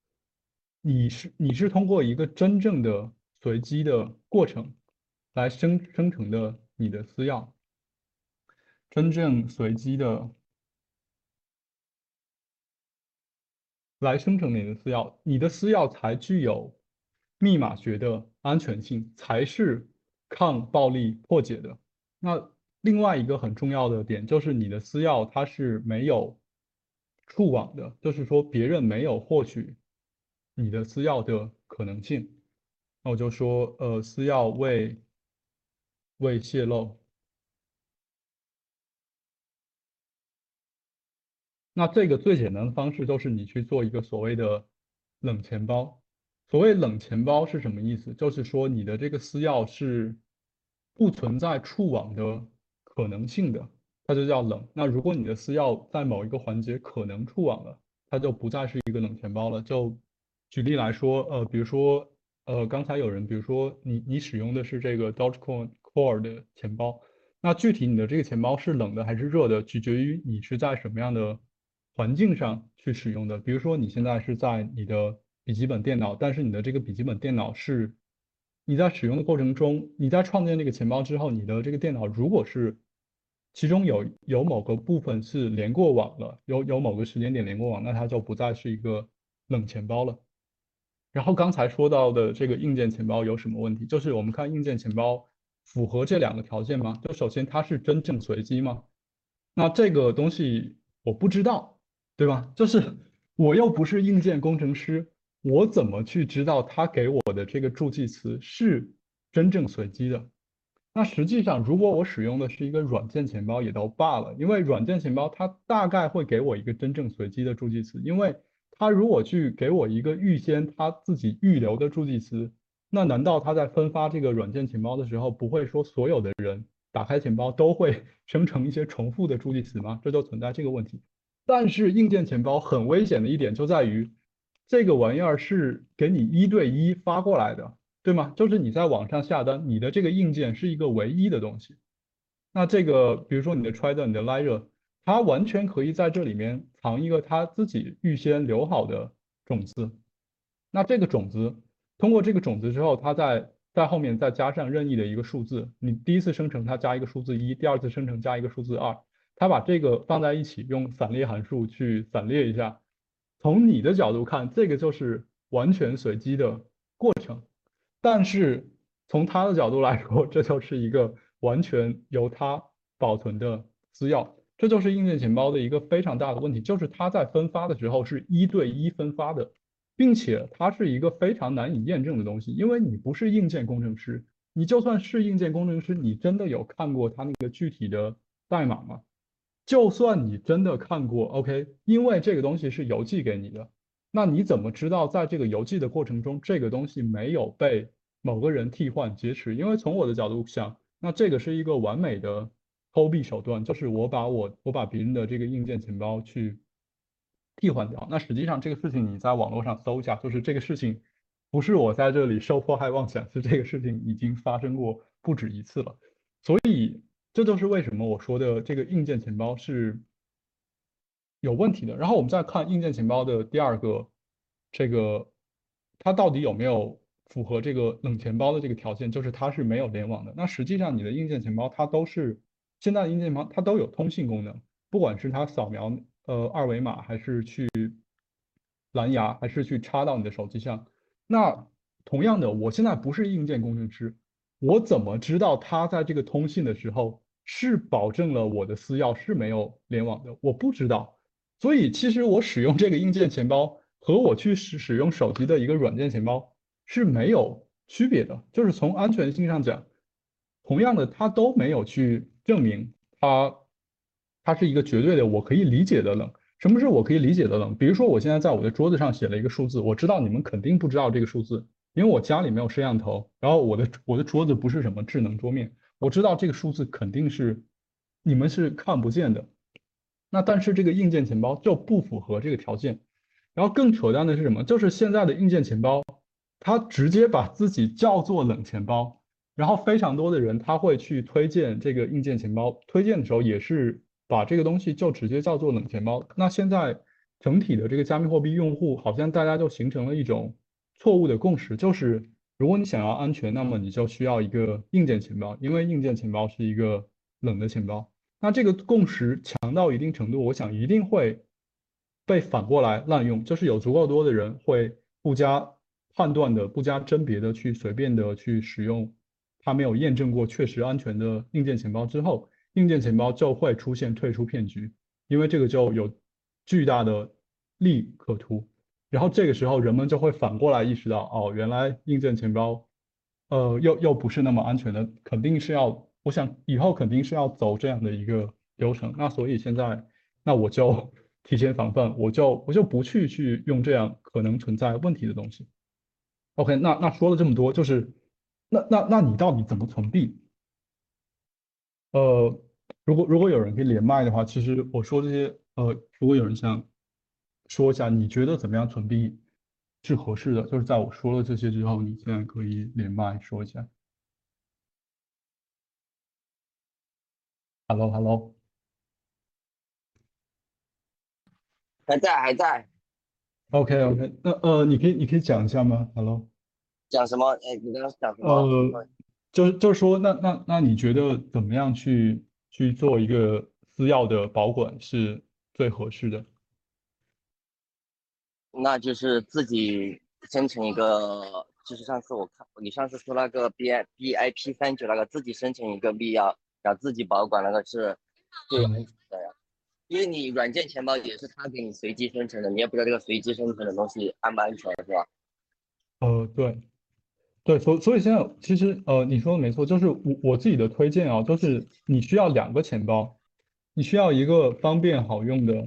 S1: 你是通过一个真正的随机的过程来生成的你的私钥，真正随机的来生成你的私钥，你的私钥才具有密码学的安全性，才是抗暴力破解的。那另外一个很重要的点就是你的私钥它是没有触网的，就是说别人没有获取你的私钥的可能性。那我就说，私钥未泄露。那这个最简单的方式就是你去做一个所谓的冷钱包。所谓冷钱包是什么意思？就是说你的这个私钥是不存在触网的可能性的，它就叫冷。那如果你的私钥在某一个环节可能触网了，它就不再是一个冷钱包了。就举例来说，比如说，刚才有人，比如说你使用的是这个 Dogecoin Core 的钱包，那具体你的这个钱包是冷的还是热的，取决于你是在什么样的环境上去使用的。比如说你现在是在你的笔记本电脑，但是你的这个笔记本电脑是你在使用的过程中，你在创建这个钱包之后，你的这个电脑如果是其中有某个部分是连过网了，有某个时间点连过网，那它就不再是一个冷钱包了。然后刚才说到的这个硬件钱包有什么问题？就是我们看硬件钱包符合这2个条件吗？就首先它是真正随机吗？那这个东西我不知道，对吧？就是我又不是硬件工程师，我怎么去知道他给我的这个助记词是真正随机的？那实际上，如果我使用的是一个软件钱包也都罢了，因为软件钱包它大概会给我一个真正随机的助记词，因为它如果去给我一个预先它自己预留的助记词，那难道它在分发这个软件钱包的时候，不会说所有的人打开钱包都会生成一些重复的助记词吗？这就存在这个问题。但是硬件钱包很危险的一点就在于，这个玩意儿是给你1对1发过来的。对吗？就是你在网上下单，你的这个硬件是一个唯一的东西。那这个，比如说你的 Trader、你的 Ledger，它完全可以在这里面藏一个它自己预先留好的种子。那这个种子，通过这个种子之后，它在后面再加上任意的一个数字。你第一次生成它加一个数字1，第二次生成加一个数字2，它把这个放在一起，用散列函数去散列一下。从你的角度看，这个就是完全随机的过程。但是从他的角度来说，这就是一个完全由他保存的私钥。这就是硬件钱包的一个非常大的问题，就是它在分发的时候是1对1分发的，并且它是一个非常难以验证的东西，因为你不是硬件工程师，你就算是硬件工程师，你真的有看过它那个具体的代码吗？就算你真的看过，OK，因为这个东西是邮寄给你的，那你怎么知道在这个邮寄的过程中，这个东西没有被某个人替换劫持？因为从我的角度想，那这个是一个完美的偷币手段，就是我把别人的这个硬件钱包去替换掉。那实际上这个事情你在网络上搜一下，就是这个事情不是我在这里受迫害妄想，是这个事情已经发生过不止一次了。这就是为什么我说的这个硬件钱包是有问题的。然后我们再看硬件钱包的第二个，这个它到底有没有符合这个冷钱包的这个条件，就是它是没有联网的。那实际上你的硬件钱包它都是现在的硬件钱包它都有通信功能，不管是它扫描二维码，还是去蓝牙，还是去插到你的手机上。那同样的，我现在不是硬件工程师，我怎么知道它在这个通信的时候是保证了我的私钥是没有联网的？我不知道。所以其实我使用这个硬件钱包和我去使用手机的一个软件钱包是没有区别的，就是从安全性上讲，同样的，它都没有去证明它是一个绝对的我可以理解的冷。什么是我可以理解的冷？比如说我现在在我的桌子上写了一个数字，我知道你们肯定不知道这个数字，因为我家里没有摄像头，然后我的桌子不是什么智能桌面，我知道这个数字肯定是你们是看不见的。那但是这个硬件钱包就不符合这个条件。然后更扯淡的是什么？就是现在的硬件钱包，它直接把自己叫做冷钱包，然后非常多的人他会去推荐这个硬件钱包，推荐的时候也是把这个东西就直接叫做冷钱包。那现在整体的这个加密货币用户，好像大家就形成了一种错误的共识，就是如果你想要安全，那么你就需要一个硬件钱包，因为硬件钱包是一个冷的钱包。那这个共识强到一定程度，我想一定会被反过来滥用，就是有足够多的人会不加判断的、不加甄别的去随便的去使用他没有验证过确实安全的硬件钱包之后，硬件钱包就会出现退出骗局，因为这个就有巨大的利可图。然后这个时候人们就会反过来意识到，哦，原来硬件钱包又不是那么安全的，肯定是要，我想以后肯定是要走这样的一个流程。那所以现在，那我就提前防范，我就不去用这样可能存在问题的东西。OK，那说了这么多，就是那你到底怎么存币？呃，如果有人可以连麦的话，其实我说这些，如果有人想说一下，你觉得怎么样存币是合适的？就是在我说了这些之后，你现在可以连麦说一下。Hello。
S2: 还在还在
S1: OK，那你可以讲一下吗？Hello，
S2: 讲什么？哎，你刚刚讲什么？
S1: 呃，就是说，那你觉得怎么样去做一个私钥的保管是最合适的？
S2: 那就是自己生成一个，就是上次我看你上次说那个 BIP39那个，自己生成一个币钥，然后自己保管那个是最安全的呀。因为你软件钱包也是他给你随机生成的，你也不知道这个随机生成的东西安不安全，是吧？
S1: 对，所以现在其实你说的没错，就是我自己的推荐啊，就是你需要两个钱包，你需要一个方便好用的，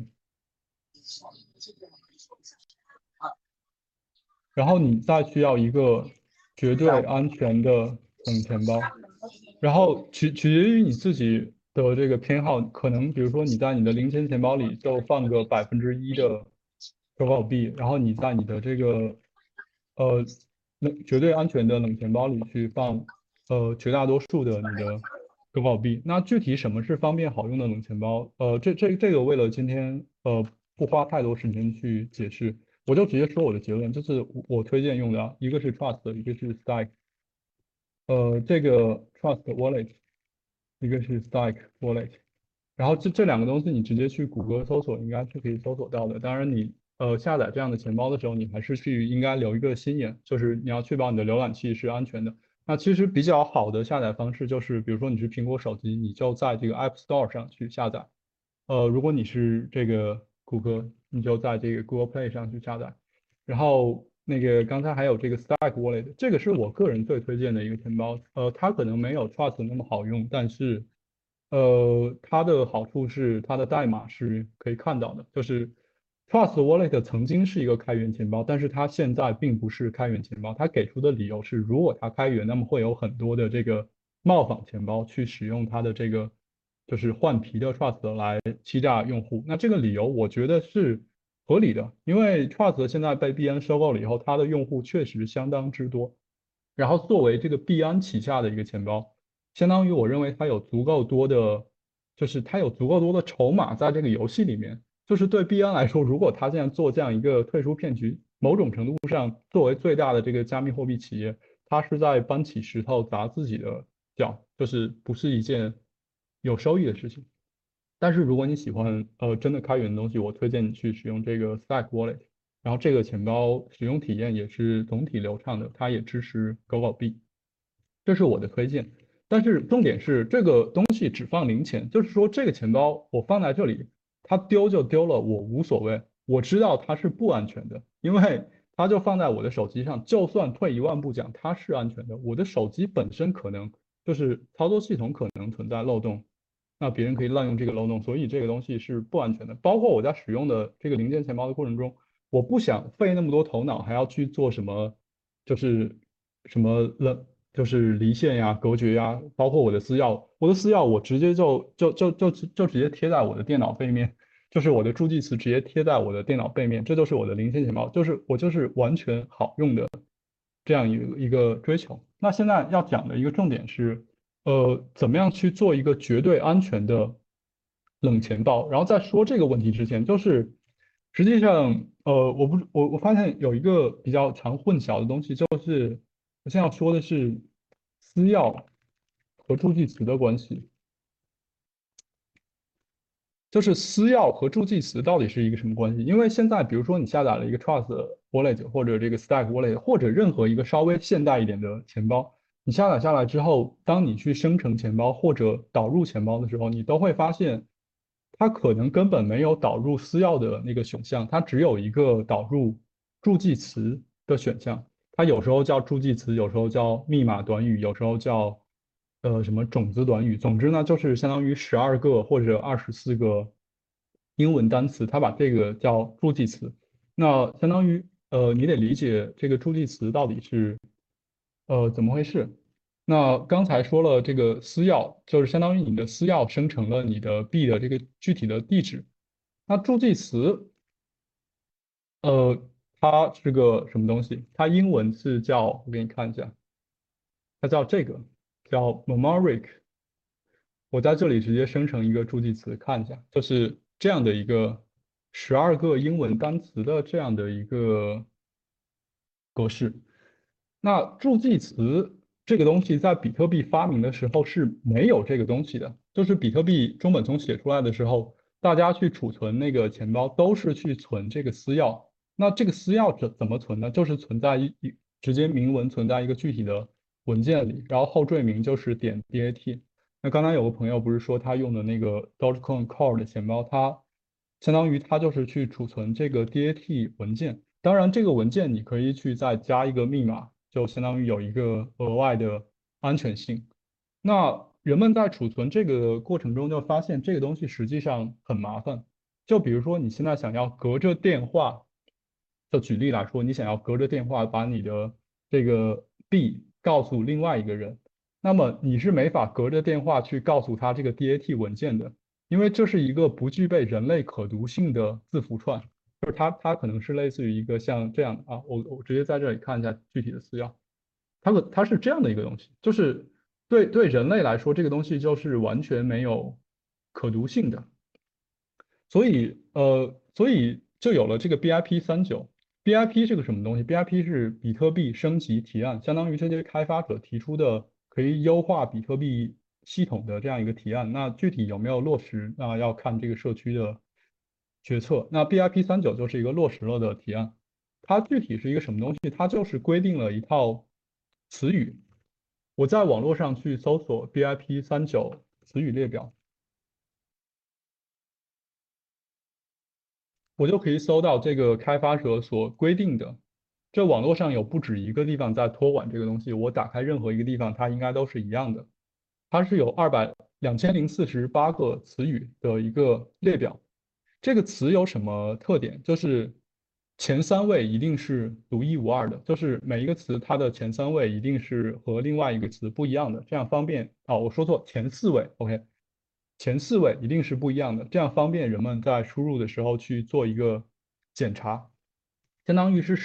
S1: 然后你再需要一个绝对安全的冷钱包。然后取决于你自己的这个偏好，可能比如说你在你的零钱钱包里就放个1%的可口币，然后你在你的这个绝对安全的冷钱包里去放绝大多数的你的可口币。那具体什么是方便好用的冷钱包？这个为了今天不花太多时间去解释，我就直接说我的结论，就是我推荐用的啊一个是 Trust，一个是 Stake。这个 Trust Wallet，一个是 Stake Wallet，然后这两个东西你直接去谷歌搜索应该是可以搜索到的。当然你下载这样的钱包的时候，你还是应该留一个心眼，就是你要确保你的浏览器是安全的。 那其实比较好的下载方式就是，比如说你是苹果手机，你就在这个 App Store 上去下载。如果你是这个谷歌，你就在这个 Google Play 上去下载。然后那个刚才还有这个 Stack Wallet，这个是我个人最推荐的一个钱包。它可能没有 Trust 那么好用，但是它的好处是它的代码是可以看到的，就是 Trust Wallet 曾经是一个开源钱包，但是它现在并不是开源钱包。它给出的理由是，如果它开源，那么会有很多的这个冒仿钱包去使用它的这个就是换皮的 Trust 来欺诈用户。那这个理由我觉得是合理的，因为 Trust 现在被币安收购了以后，它的用户确实相当之多。然后作为这个币安旗下的一个钱包，相当于我认为它有足够多的，就是它有足够多的筹码在这个游戏里面。就是对币安来说，如果他现在做这样一个退出骗局，某种程度上作为最大的这个加密货币企业，他是在搬起石头砸自己的脚，就是不是一件有收益的事情。但是如果你喜欢真的开源的东西，我推荐你去使用这个 Stack Wallet，然后这个钱包使用体验也是总体流畅的，它也支持狗狗币，这是我的推荐。但是重点是这个东西只放零钱，就是说这个钱包我放在这里，它丢就丢了，我无所谓。我知道它是不安全的，因为它就放在我的手机上，就算退一万步讲，它是安全的。我的手机本身可能就是操作系统可能存在漏洞，那别人可以滥用这个漏洞，所以这个东西是不安全的。包括我在使用的这个零件钱包的过程中，我不想费那么多头脑，还要去做什么，就是什么了，就是离线呀、隔绝呀，包括我的私钥我直接就直接贴在我的电脑背面，就是我的助记词直接贴在我的电脑背面，这就是我的零线钱包，就是我就是完全好用的这样一个追求。那现在要讲的一个重点是。怎么样去做一个绝对安全的冷钱包？然后在说这个问题之前，就是实际上，我发现有一个比较常混淆的东西，就是我现在要说的是私钥和助记词的关系。就是私钥和助记词到底是一个什么关系？因为现在，比如说你下载了一个 Trust Wallet 或者这个 Stack Wallet 或者任何一个稍微现代一点的钱包，你下载下来之后，当你去生成钱包或者导入钱包的时候，你都会发现，它可能根本没有导入私钥的那个选项，它只有一个导入助记词的选项。它有时候叫助记词，有时候叫密码短语，有时候叫什么种子短语。总之呢，就是相当于12个或者24个英文单词，它把这个叫助记词。那相当于你得理解这个助记词到底是怎么回事。那刚才说了这个私钥，就是相当于你的私钥生成了你的币的这个具体的地址。那助记词，它是个什么东西？它英文是叫，我给你看一下，它叫这个，叫 Memoric。我在这里直接生成一个助记词看一下，就是这样的一个12个英文单词的这样的一个格式。那助记词这个东西在比特币发明的时候是没有这个东西的，就是比特币中本聪写出来的时候，大家去储存那个钱包都是去存这个私钥。那这个私钥怎么存呢？就是存在直接明文存在一个具体的文件里，然后后缀名就是点 DAT。那刚才有个朋友不是说他用的那个 Dogecoin Core 的钱包，它相当于它就是去储存这个 DAT 文件。当然，这个文件你可以去再加一个密码，就相当于有一个额外的安全性。那人们在储存这个过程中就发现这个东西实际上很麻烦。就比如说你现在想要隔着电话，就举例来说，你想要隔着电话把你的这个币告诉另外一个人，那么你是没法隔着电话去告诉他这个 DAT 文件的，因为这是一个不具备人类可读性的字符串。就是它可能是类似于一个像这样的啊，我直接在这里看一下具体的私钥，它是这样的一个东西，就是对人类来说，这个东西就是完全没有可读性的。所以就有了这个 BIP39。BIP 是个什么东西？BIP 是比特币升级提案，相当于这些开发者提出的可以优化比特币系统的这样一个提案。那具体有没有落实，那要看这个社区的决策。那 BIP39就是一个落实了的提案。它具体是一个什么东西？它就是规定了一套词语， 我在网络上去搜索 BIP39词语列表，我就可以搜到这个开发者所规定的。这网络上有不止一个地方在托管这个东西，我打开任何一个地方，它应该都是一样的。它是有2048个词语的一个列表。这个词有什么特点？就是前3位一定是独一无二的，就是每一个词它的前3位一定是和另外一个词不一样的，这样方便。哦，我说错，前4位，OK，前4位一定是不一样的，这样方便人们在输入的时候去做一个检查。相当于是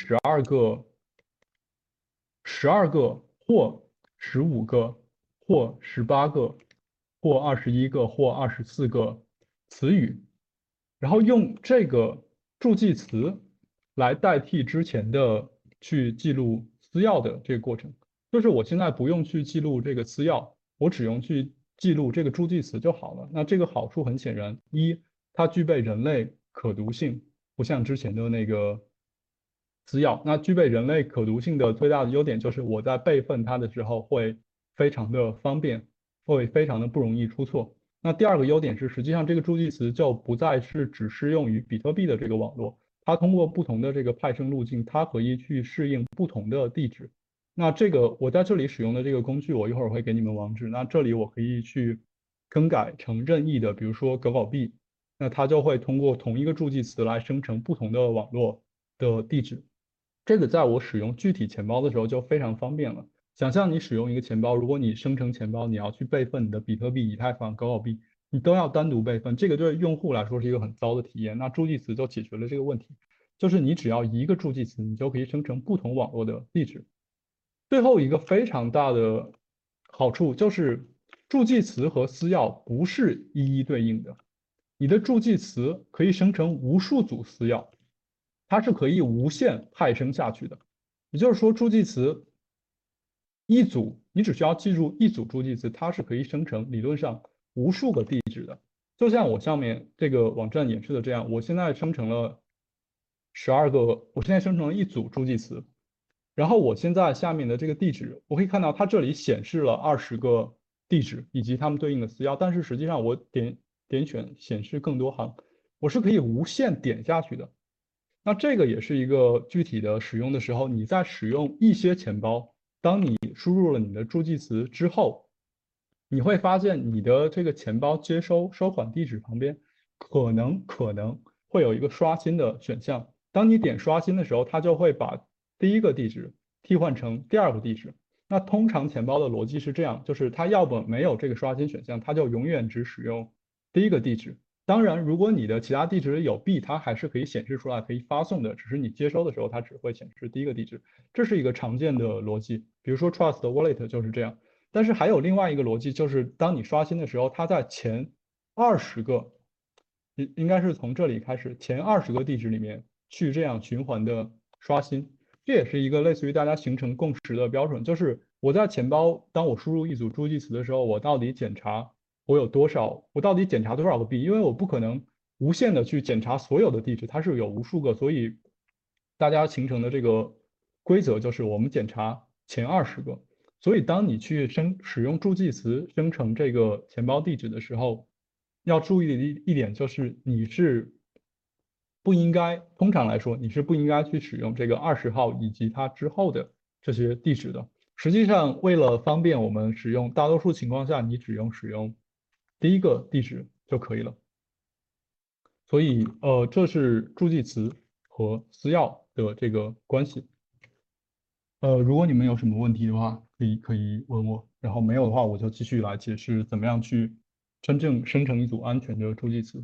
S1: 12个或15个或18个或21个或24个词语，然后用这个助记词来代替之前的去记录私钥的这个过程。就是我现在不用去记录这个私钥，我只用去记录这个助记词就好了。那这个好处很显然，一，它具备人类可读性，不像之前的那个私钥。那具备人类可读性的最大的优点就是我在备份它的时候会非常的方便，会非常的不容易出错。那第二个优点是，实际上这个助记词就不再是只适用于比特币的这个网络，它通过不同的这个派生路径，它可以去适应不同的地址。那这个我在这里使用的这个工具，我一会儿会给你们网址。那这里我可以去更改成任意的，比如说狗狗币，那它就会通过同一个助记词来生成不同的网络的地址。这个在我使用具体钱包的时候就非常方便了。想象你使用一个钱包，如果你生成钱包，你要去备份你的比特币、以太坊、狗狗币，你都要单独备份，这个对用户来说是一个很糟的体验。那助记词就解决了这个问题，就是你只要一个助记词，你就可以生成不同网络的地址。最后一个非常大的好处就是助记词和私钥不是一一对应的，你的助记词可以生成无数组私钥，它是可以无限派生下去的。也就是说，助记词一组，你只需要记住一组助记词，它是可以生成理论上无数个地址的。就像我上面这个网站演示的这样，我现在生成了我现在生成了一组助记词，然后我现在下面的这个地址，我可以看到它这里显示了20个地址以及它们对应的私钥，但是实际上我点选显示更多行，我是可以无限点下去的。那这个也是一个具体的使用的时候，你在使用一些钱包，当你输入了你的助记词之后，你会发现你的这个钱包接收收款地址旁边可能会有一个刷新的选项。当你点刷新的时候，它就会把第一个地址替换成第二个地址。那通常钱包的逻辑是这样，就是它要么没有这个刷新选项，它就永远只使用第一个地址。当然，如果你的其他地址里有币，它还是可以显示出来，可以发送的，只是你接收的时候它只会显示第一个地址。这是一个常见的逻辑，比如说 Trust Wallet 就是这样。但是还有另外一个逻辑，就是当你刷新的时候，它在前20个，应该是从这里开始，前20个地址里面去这样循环的刷新。这也是一个类似于大家形成共识的标准，就是我在钱包，当我输入一组助记词的时候，我到底检查我到底检查多少个币？因为我不可能无限的去检查所有的地址，它是有无数个，所以大家形成的这个规则就是我们检查前20个。所以当你去使用助记词生成这个钱包地址的时候，要注意的一点就是你是不应该，通常来说你是不应该去使用这个20号以及它之后的这些地址的。实际上，为了方便我们使用，大多数情况下你只用使用第一个地址就可以了。所以这是助记词和私钥的这个关系。如果你们有什么问题的话，可以问我，然后没有的话，我就继续来解释怎么样去真正生成一组安全的助记词。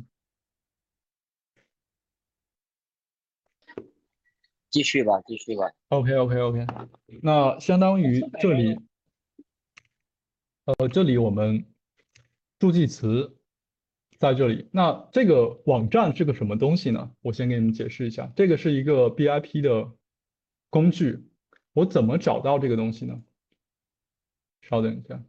S5: 继续吧，继续吧。
S1: OK，那相当于这里，这里我们助记词在这里。那这个网站是个什么东西呢？我先给你们解释一下，这个是一个 BIP 的工具。我怎么找到这个东西呢？稍等一下。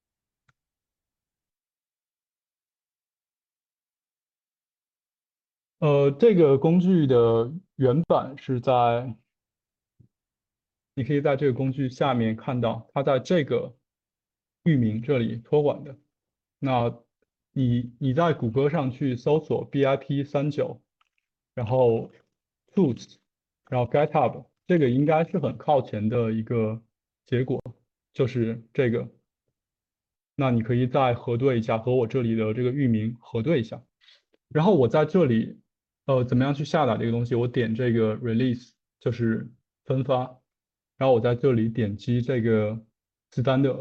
S1: 这个工具的原版是你可以在这个工具下面看到，它在这个域名这里托管的。那你在谷歌上去搜索 BIP39，然后 tools，然后 GitHub，这个应该是很靠前的一个结果，就是这个。那你可以再核对一下，和我这里的这个域名核对一下。然后我在这里，怎么样去下载这个东西？我点这个 release，就是分发。然后我在这里点击这个子弹的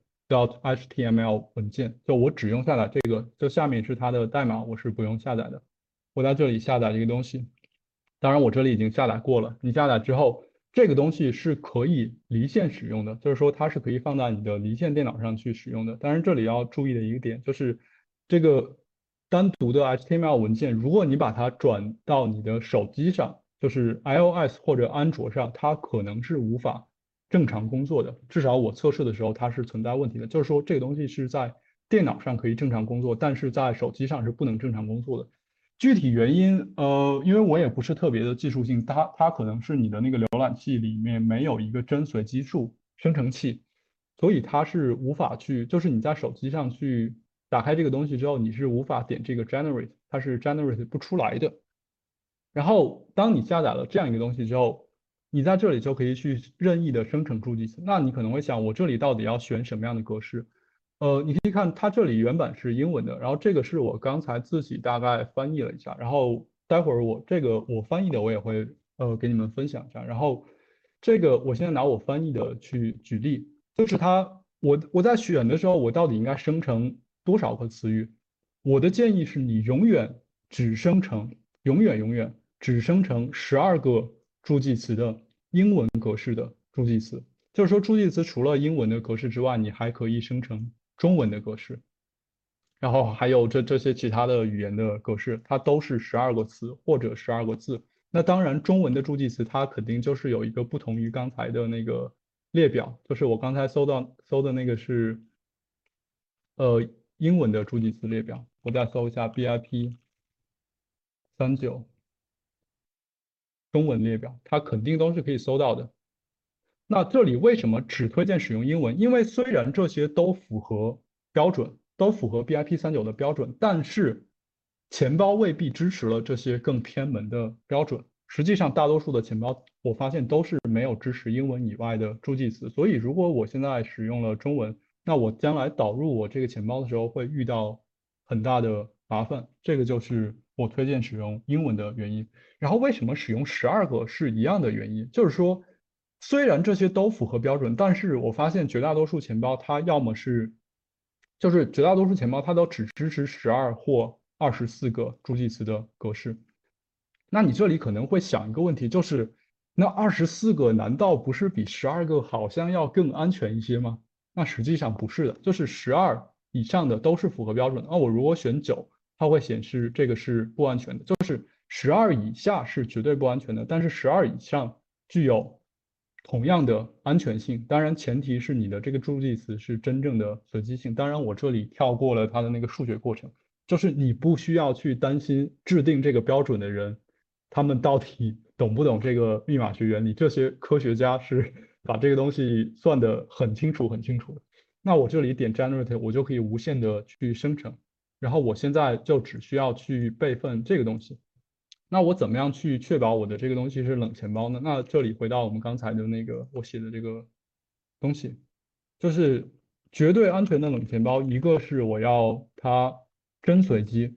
S1: alone.html 文件，就我只用下载这个，就下面是它的代码，我是不用下载的。我在这里下载这个东西，当然我这里已经下载过了。你下载之后，这个东西是可以离线使用的，就是说它是可以放在你的离线电脑上去使用的。当然这里要注意的一个点就是，这个单独的 HTML 文件，如果你把它转到你的手机上，就是 iOS 或者安卓上，它可能是无法正常工作的。至少我测试的时候它是存在问题的，就是说这个东西是在电脑上可以正常工作，但是在手机上是不能正常工作的。具体原因，因为我也不是特别的技术性，它可能是你的那个浏览器里面没有一个真随机数生成器，所以它是无法去，就是你在手机上去打开这个东西之后，你是无法点这个 generate，它是 generate 不出来的。然后当你下载了这样一个东西之后，你在这里就可以去任意的生成助记词。那你可能会想，我这里到底要选什么样的格式？你可以看它这里原本是英文的，然后这个是我刚才自己大概翻译了一下，然后待会儿我翻译的我也会给你们分享一下。然后这个我现在拿我翻译的去举例，就是我在选的时候，我到底应该生成多少个词语？我的建议是你只生成永远只生成12个助记词的英文格式的助记词。就是说，助记词除了英文的格式之外，你还可以生成中文的格式，然后还有这些其他的语言的格式，它都是12个词或者12个字。那当然，中文的助记词它肯定就是有一个不同于刚才的那个列表，就是我刚才搜的那个是英文的助记词列表，我再搜一下 BIP39中文列表，它肯定都是可以搜到的。那这里为什么只推荐使用英文？因为虽然这些都符合标准，都符合 BIP39的标准，但是钱包未必支持了这些更偏门的标准。实际上，大多数的钱包我发现都是没有支持英文以外的助记词。所以，如果我现在使用了中文，那我将来导入我这个钱包的时候会遇到很大的麻烦。这个就是我推荐使用英文的原因。然后，为什么使用12个是一样的原因？就是说，虽然这些都符合标准，但是我发现绝大多数钱包它要么是，就是绝大多数钱包它都只支持12或24个助记词的格式。那你这里可能会想一个问题，就是那24个难道不是比12个好像要更安全一些吗？那实际上不是的，就是12以上的都是符合标准的。那我如果选9，它会显示这个是不安全的，就是12以下是绝对不安全的，但是12以上具有同样的安全性。当然，前提是你的这个助记词是真正的随机性。当然，我这里跳过了它的那个数学过程，就是你不需要去担心制定这个标准的人，他们到底懂不懂这个密码学原理。这些科学家是把这个东西算得很清楚很清楚的。那我这里点 generate，我就可以无限的去生成。然后我现在就只需要去备份这个东西。那我怎么样去确保我的这个东西是冷钱包呢？那这里回到我们刚才的那个我写的这个东西，就是绝对安全的冷钱包，一个是我要它真随机，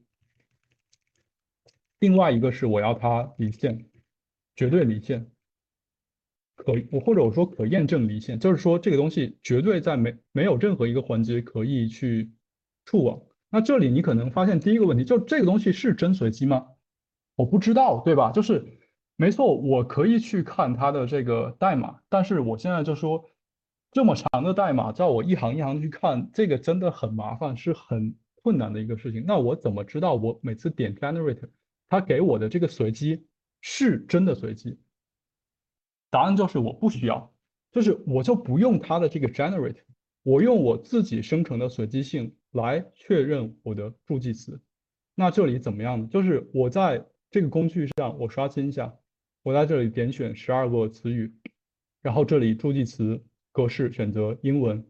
S1: 另外一个是我要它离线，绝对离线，或者我说可验证离线，就是说这个东西绝对在没有任何一个环节可以去触网。那这里你可能发现第一个问题，就这个东西是真随机吗？我不知道，对吧？就是没错，我可以去看它的这个代码，但是我现在就说这么长的代码，叫我一行一行去看，这个真的很麻烦，是很困难的一个事情。那我怎么知道我每次点 generate，它给我的这个随机是真的随机？答案就是我不需要，就是我就不用它的这个 generate，我用我自己生成的随机性来确认我的助记词。那这里怎么样呢？就是我在这个工具上，我刷新一下，我在这里点选12个词语，然后这里助记词格式选择英文，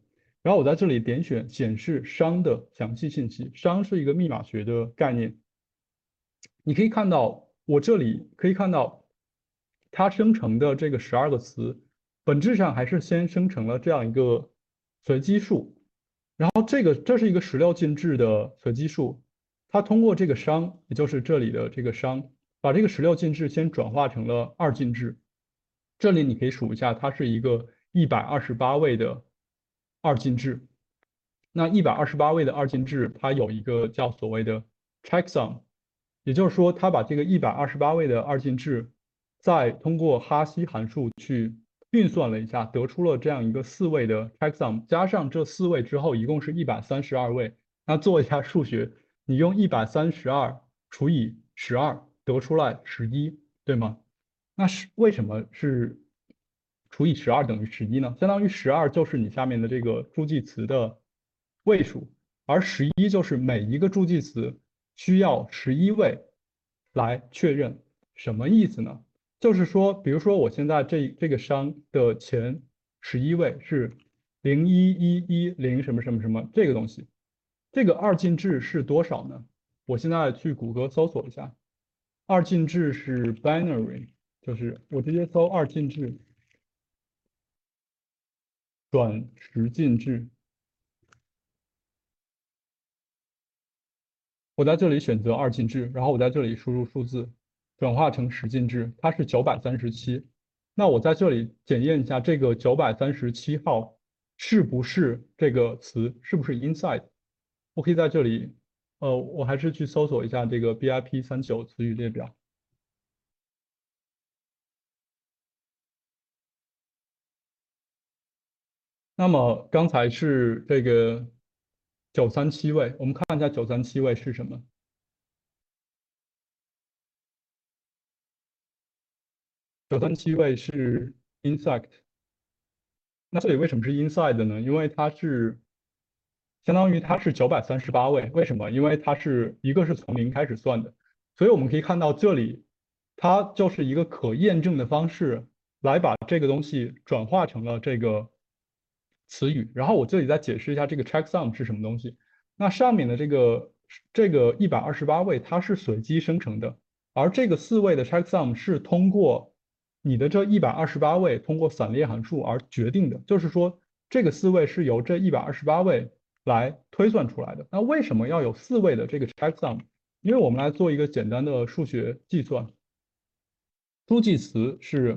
S1: 然后我在这里点选显示商的详细信息，商是一个密码学的概念。你可以看到，我这里可以看到，它生成的这个12个词，本质上还是先生成了这样一个随机数，然后这是一个16进制的随机数，它通过这个商，也就是这里的这个商，把这个16进制先转化成了2进制。这里你可以数一下，它是一个128位的2进制。那128位的2进制，它有一个叫所谓的 checksum，也就是说，它把这个128位的2进制，再通过哈希函数去运算了一下，得出了这样一个4位的 checksum，加上这4位之后，一共是132位。那做一下数学，你用132除以12，得出来11，对吗？那为什么是除以12等于11呢？相当于12就是你下面的这个助记词的位数，而11就是每一个助记词需要11位来确认。什么意思呢？就是说，比如说我现在这个商的前11位是0111什么什么什么这个东西，这个2进制是多少呢？我现在去谷歌搜索一下，2进制是 binary， 就是我直接搜2进制转10进制。我在这里选择2进制，然后我在这里输入数字，转化成10进制，它是937。那我在这里检验一下这个937号是不是这个词，是不是 inside？ 我可以在这里，我还是去搜索一下这个 BIP39词语列表。那么刚才是这个937位，我们看一下937位是什么。937位是 insect。那这里为什么是 inside 呢？因为它是相当于它是938位，为什么？因为它是一个是从0开始算的，所以我们可以看到这里它就是一个可验证的方式来把这个东西转化成了这个词语。然后我这里再解释一下这个 checksum 是什么东西。那上面的这个128位它是随机生成的，而这个4位的 checksum 是通过你的这128位通过散列函数而决定的，就是说这个4位是由这128位来推算出来的。那为什么要有4位的这个 checksum？ 因为我们来做一个简单的数学计算，助记词是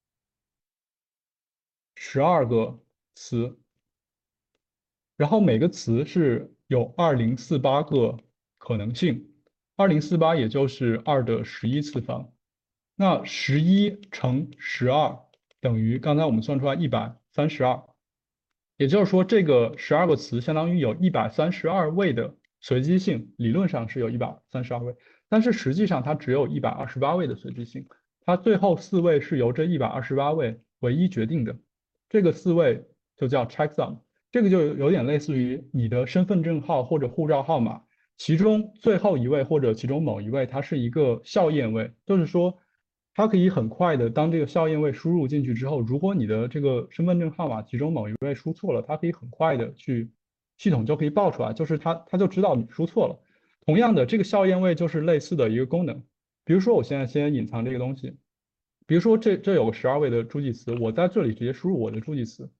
S1: 12个词，然后每个词是有2048个可能性，2048也就是2的11次方。那11乘12等于刚才我们算出来132，也就是说这个12个词相当于有132位的随机性，理论上是有132位，但是实际上它只有128位的随机性，它最后4位是由这128位唯一决定的，这个4位就叫 checksum。这个就有点类似于你的身份证号或者护照号码，其中最后一位或者其中某一位，它是一个校验位，就是说它可以很快的，当这个校验位输入进去之后，如果你的这个身份证号码其中某一位输错了，它可以很快的去系统就可以报出来，就是它就知道你输错了。同样的，这个校验位就是类似的一个功能。比如说我现在先隐藏这个东西，比如说这有个12位的助记词，我在这里直接输入我的助记词。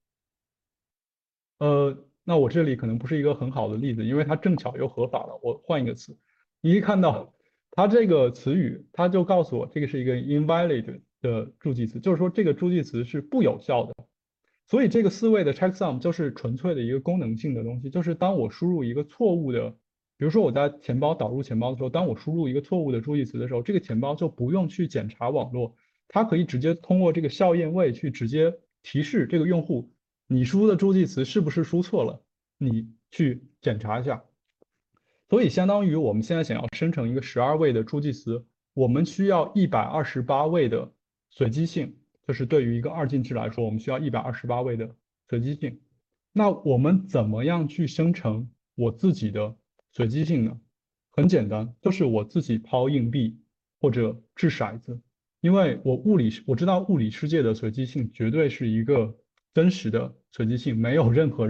S1: 那我这里可能不是一个很好的例子，因为它正巧又合法了。我换一个词，你一看到它这个词语，它就告诉我这个是一个 invalid 的助记词，就是说这个助记词是不有效的。所以这个4位的 checksum 就是纯粹的一个功能性的东西，就是当我输入一个错误的，比如说我在钱包导入钱包的时候，当我输入一个错误的助记词的时候，这个钱包就不用去检查网络，它可以直接通过这个校验位去直接提示这个用户。你输的助记词是不是输错了？你去检查一下。所以相当于我们现在想要生成一个12位的助记词，我们需要128位的随机性，就是对于一个2进制来说，我们需要128位的随机性。那我们怎么样去生成我自己的随机性呢？很简单，就是我自己抛硬币或者掷骰子，因为我知道物理世界的随机性绝对是一个真实的随机性，没有任何人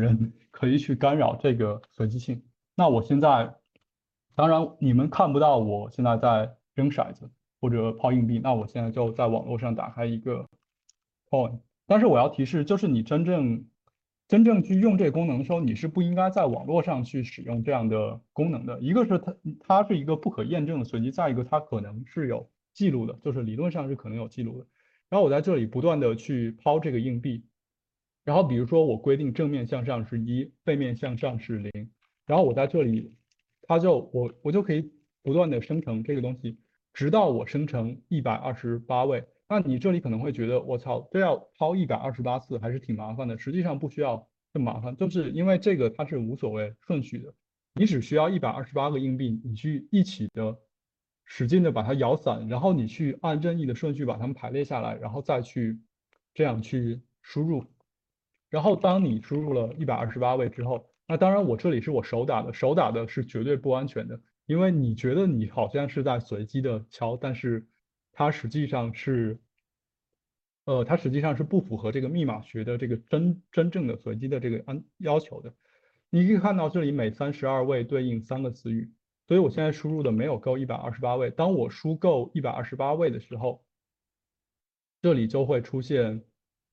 S1: 可以去干扰这个随机性。那我现在，当然你们看不到我现在在扔骰子或者抛硬币，那我现在就在网络上打开一个 coin。但是我要提示，就是你真正去用这个功能的时候，你是不应该在网络上去使用这样的功能的。一个是它是一个不可验证的随机，再一个它可能是有记录的，就是理论上是可能有记录的。然后我在这里不断的去抛这个硬币，然后比如说我规定正面向上是1，背面向上是0，然后我在这里，我就可以不断的生成这个东西，直到我生成128位。那你这里可能会觉得我操，这要抛128次还是挺麻烦的。实际上不需要这么麻烦，就是因为这个它是无所谓顺序的，你只需要128个硬币，你去一起的使劲的把它摇散，然后你去按任意的顺序把它们排列下来，然后再去这样去输入。然后当你输入了128位之后，那当然我这里是我手打的，手打的是绝对不安全的，因为你觉得你好像是在随机的敲，但是它实际上是，它实际上是不符合这个密码学的这个真正的随机的这个要求的。你可以看到这里每32位对应3个词语，所以我现在输入的没有够128位。当我输够128位的时候，这里就会出现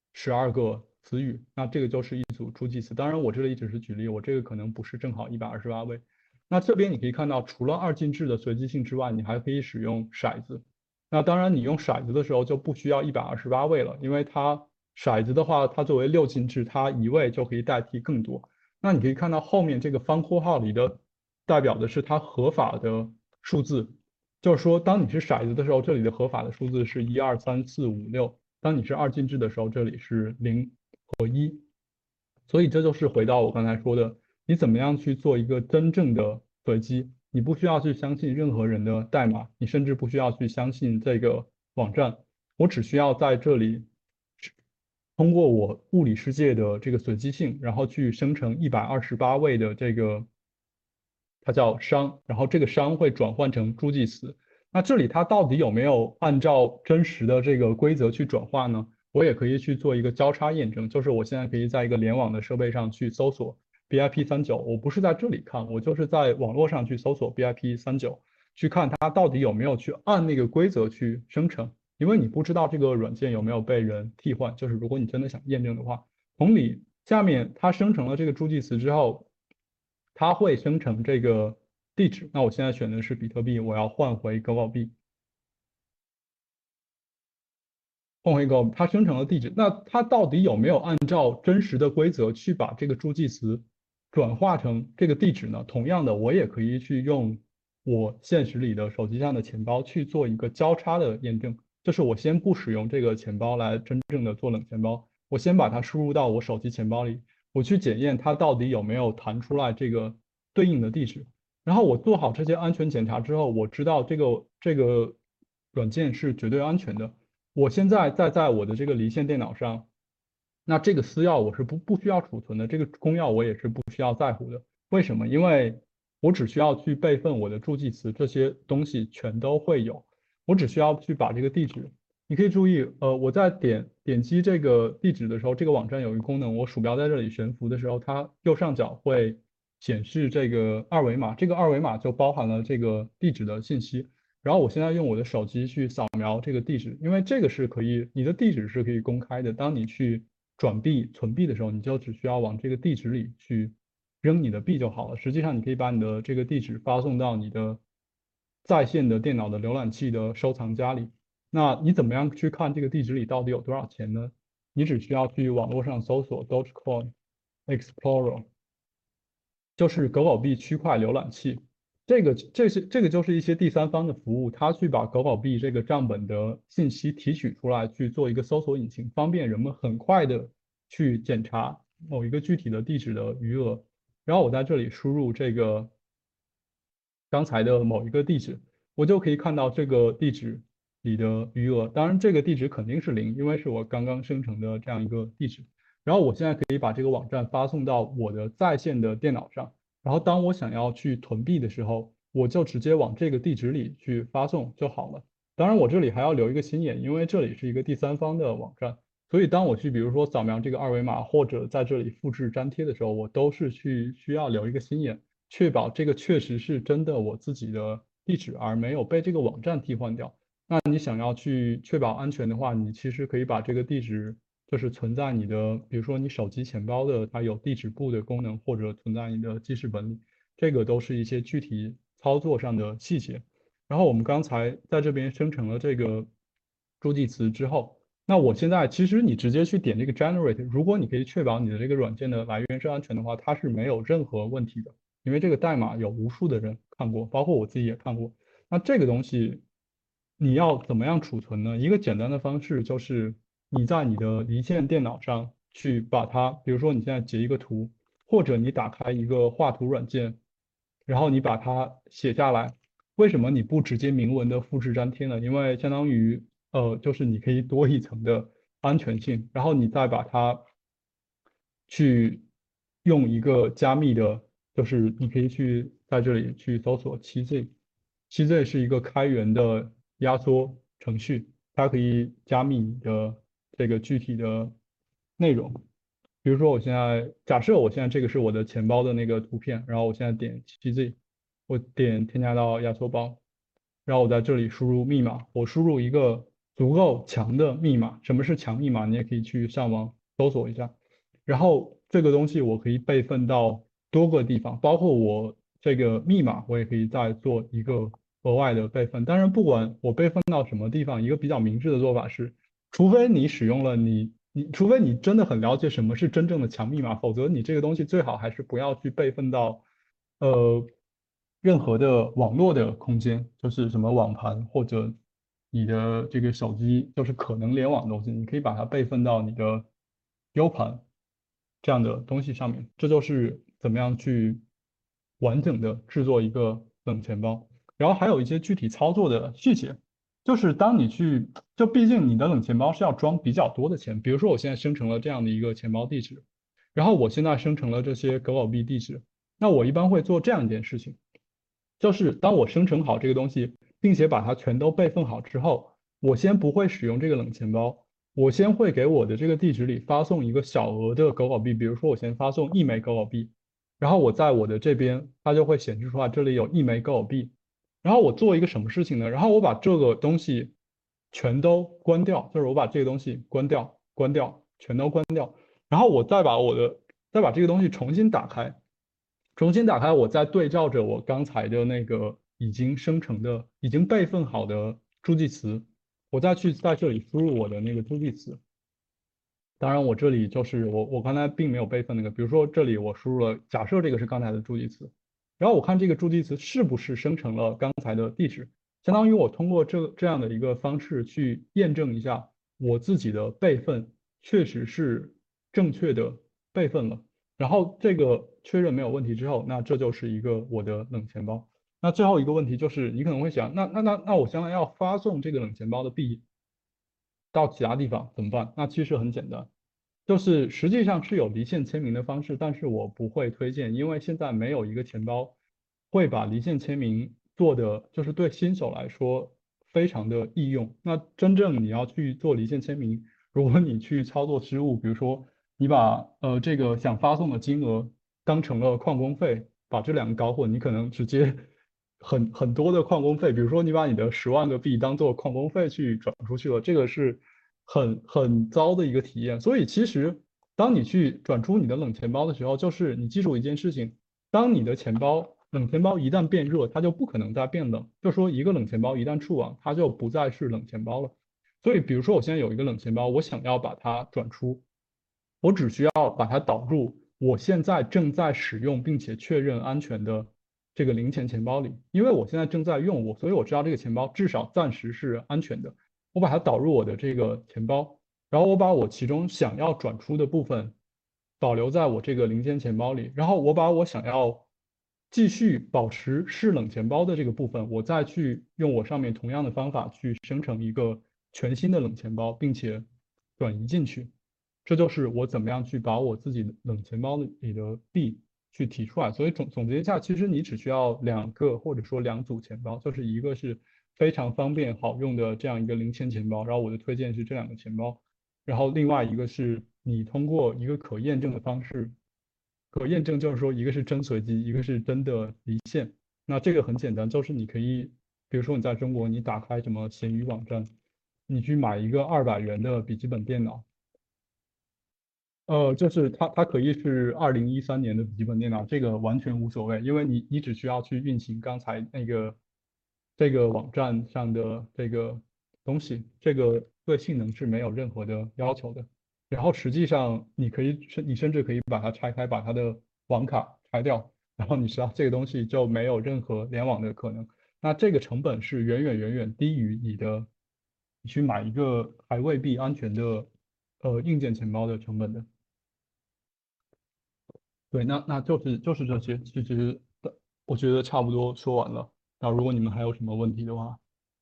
S1: 12个词语，那这个就是一组助记词。当然，我这里只是举例，我这个可能不是正好128位。那这边你可以看到，除了二进制的随机性之外，你还可以使用骰子。那当然，你用骰子的时候就不需要128位了，因为它骰子的话，它作为6进制，它1位就可以代替更多。那你可以看到后面这个方括号里的代表的是它合法的数字，就是说，当你是骰子的时候，这里的合法的数字是1、2、3、4、5、6；当你是二进制的时候，这里是0和1。所以这就是回到我刚才说的，你怎么样去做一个真正的随机？你不需要去相信任何人的代码，你甚至不需要去相信这个网站，我只需要在这里通过我物理世界的这个随机性，然后去生成128位的这个，它叫商，然后这个商会转换成助记词。那这里它到底有没有按照真实的这个规则去转化呢？我也可以去做一个交叉验证，就是我现在可以在一个联网的设备上去搜索 BIP39，我不是在这里看，我就是在网络上去搜索 BIP39，去看它到底有没有去按那个规则去生成。因为你不知道这个软件有没有被人替换，就是如果你真的想验证的话，同理，下面它生成了这个助记词之后，它会生成这个地址。那我现在选的是比特币，我要换回狗宝币，换回狗，它生成了地址。那它到底有没有按照真实的规则去把这个助记词转化成这个地址呢？同样的，我也可以去用我现实里的手机上的钱包去做一个交叉的验证。就是我先不使用这个钱包来真正的做冷钱包，我先把它输入到我手机钱包里，我去检验它到底有没有弹出来这个对应的地址。然后我做好这些安全检查之后，我知道这个软件是绝对安全的。我现在再在我的这个离线电脑上，那这个私钥我是不需要储存的，这个公钥我也是不需要在乎的。为什么？因为我只需要去备份我的助记词，这些东西全都会有。我只需要去把这个地址，你可以注意，我在点击这个地址的时候，这个网站有一个功能，我鼠标在这里悬浮的时候，它右上角会显示这个二维码，这个二维码就包含了这个地址的信息。然后我现在用我的手机去扫描这个地址，因为这个是可以，你的地址是可以公开的。当你去转币、存币的时候，你就只需要往这个地址里去扔你的币就好了。实际上，你可以把你的这个地址发送到你的在线的电脑的浏览器的收藏夹里。那你怎么样去看这个地址里到底有多少钱呢？你只需要去网络上搜索 Dogecoin Explorer，就是狗狗币区块浏览器。这个就是一些第三方的服务，它去把狗狗币这个账本的信息提取出来，去做一个搜索引擎，方便人们很快的去检查某一个具体的地址的余额。然后我在这里输入这个刚才的某一个地址，我就可以看到这个地址里的余额。当然，这个地址肯定是0，因为是我刚刚生成的这样一个地址。然后我现在可以把这个网站发送到我的在线的电脑上。然后当我想要去囤币的时候，我就直接往这个地址里去发送就好了。当然，我这里还要留一个心眼，因为这里是一个第三方的网站， 所以当我去比如说扫描这个二维码或者在这里复制粘贴的时候，我都是需要留一个心眼，确保这个确实是真的我自己的地址，而没有被这个网站替换掉。那你想要去确保安全的话，你其实可以把这个地址就是存在你的，比如说你手机钱包的，它有地址簿的功能，或者存在你的记事本里，这个都是一些具体操作上的细节。然后我们刚才在这边生成了这个助记词之后，那我现在其实你直接去点这个 generate，如果你可以确保你的这个软件的来源是安全的话，它是没有任何问题的，因为这个代码有无数的人看过，包括我自己也看过。那这个东西你要怎么样储存呢？一个简单的方式就是你在你的离线电脑上去把它，比如说你现在截一个图，或者你打开一个画图软件，然后你把它写下来。为什么你不直接明文的复制粘贴呢？因为相当于就是你可以多一层的安全性，然后你再把它去用一个加密的，就是你可以去在这里去搜索 7Z，7Z 是一个开源的压缩程序，它可以加密你的这个具体的内容。比如说我现在假设我现在这个是我的钱包的那个图片，然后我现在点 7Z，我点添加到压缩包，然后我在这里输入密码，我输入一个足够强的密码。什么是强密码？你也可以去上网搜索一下。然后这个东西我可以备份到多个地方，包括我这个密码，我也可以再做一个额外的备份。当然，不管我备份到什么地方，一个比较明智的做法是，除非你使用了除非你真的很了解什么是真正的强密码，否则你这个东西最好还是不要去备份到任何的网络的空间，就是什么网盘或者你的这个手机，就是可能联网的东西，你可以把它备份到你的 U 盘这样的东西上面。这就是怎么样去完整的制作一个冷钱包。然后还有一些具体操作的细节，就是当你去，就毕竟你的冷钱包是要装比较多的钱，比如说我现在生成了这样的一个钱包地址，然后我现在生成了这些狗狗币地址，那我一般会做这样一件事情，就是当我生成好这个东西，并且把它全都备份好之后，我先不会使用这个冷钱包，我先会给我的这个地址里发送一个小额的狗狗币，比如说我先发送1枚狗狗币，然后我在我的这边它就会显示出来这里有1枚狗狗币，然后我做一个什么事情呢？然后我把这个东西全都关掉，就是我把这个东西关掉，关掉，全都关掉，然后我再把这个东西重新打开。重新打开，我再对照着我刚才的那个已经生成的、已经备份好的助记词，我再去在这里输入我的那个助记词。当然，我这里就是我刚才并没有备份那个，比如说这里我输入了，假设这个是刚才的助记词，然后我看这个助记词是不是生成了刚才的地址，相当于我通过这样的一个方式去验证一下我自己的备份确实是正确的备份了。然后这个确认没有问题之后，那这就是一个我的冷钱包。那最后一个问题就是，你可能会想，那我将来要发送这个冷钱包的币到其他地方怎么办？那其实很简单，就是实际上是有离线签名的方式，但是我不会推荐，因为现在没有一个钱包会把离线签名做的，就是对新手来说非常的易用。那真正你要去做离线签名，如果你去操作失误，比如说你把这个想发送的金额当成了矿工费，把这两个搞混，你可能直接很多的矿工费，比如说你把你的10万个币当做矿工费去转出去了，这个是很糟的一个体验。所以其实当你去转出你的冷钱包的时候，就是你记住一件事情，当你的冷钱包一旦变热，它就不可能再变冷。就说一个冷钱包一旦触网，它就不再是冷钱包了。所以比如说我现在有一个冷钱包，我想要把它转出，我只需要把它导入我现在正在使用并且确认安全的这个零钱钱包里，因为我现在正在用所以我知道这个钱包至少暂时是安全的。我把它导入我的这个钱包，然后我把我其中想要转出的部分保留在我这个零钱钱包里，然后我把我想要继续保持是冷钱包的这个部分，我再去用我上面同样的方法去生成一个全新的冷钱包，并且转移进去。这就是我怎么样去把我自己冷钱包里的币去提出来。所以总结一下，其实你只需要2个或者说2组钱包，就是一个是非常方便好用的这样一个零钱钱包，然后我的推荐是这2个钱包。 然后另外一个是你通过一个可验证的方式，可验证就是说一个是真随机，一个是真的离线。那这个很简单，就是你可以，比如说你在中国，你打开什么闲鱼网站，你去买一个200元的笔记本电脑，就是它可以是2013年的笔记本电脑，这个完全无所谓，因为你只需要去运行刚才那个这个网站上的这个东西，这个对性能是没有任何的要求的。然后实际上你甚至可以把它拆开，把它的网卡拆掉，然后你知道这个东西就没有任何联网的可能。那这个成本是远远远远低于你去买一个还未必安全的硬件钱包的成本的。对，那就是这些，其实我觉得差不多说完了。那如果你们还有什么问题的话，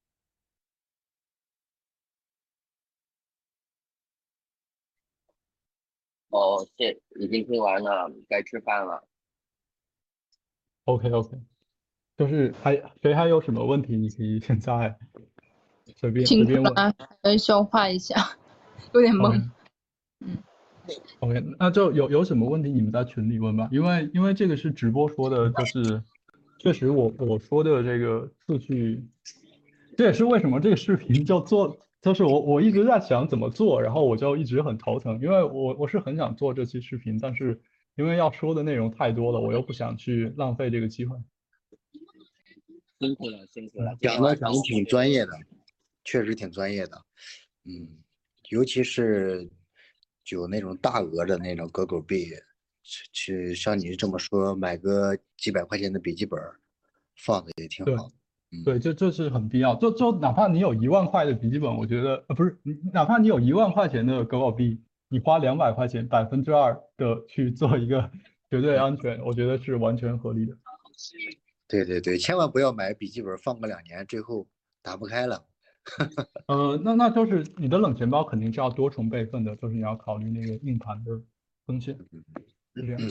S5: 哦，已经听完了，该吃饭了。
S1: OK，就是谁还有什么问题，你可以现在随
S6: 听
S1: 便问。
S6: 消化一下，有点懵。
S1: OK，那就有什么问题你们在群里问吧，因为这个是直播说的，就是确实我说的这个次序，这也是为什么这个视频就是我一直在想怎么做，然后我就一直很头疼，因为我是很想做这期视频，但是因为要说的内容太多了，我又不想去浪费这个机会。
S5: 辛苦了，辛苦了。
S4: 讲的挺专业的，确实挺专业的。尤其是有那种大额的那种狗狗币，去像你这么说，买个几百块钱的笔记本放的也挺好。
S1: 对，这是很必要。就哪怕你有1万块的笔记本，我觉得不是，哪怕你有1万块钱的狗狗币，你花200块钱2%的去做一个绝对安全，我觉得是完全合理的。
S4: 对，千万不要买笔记本放个2年，最后打不开了。
S1: 那就是你的冷钱包肯定是要多重备份的，就是你要考虑那个硬盘的风险，是这样。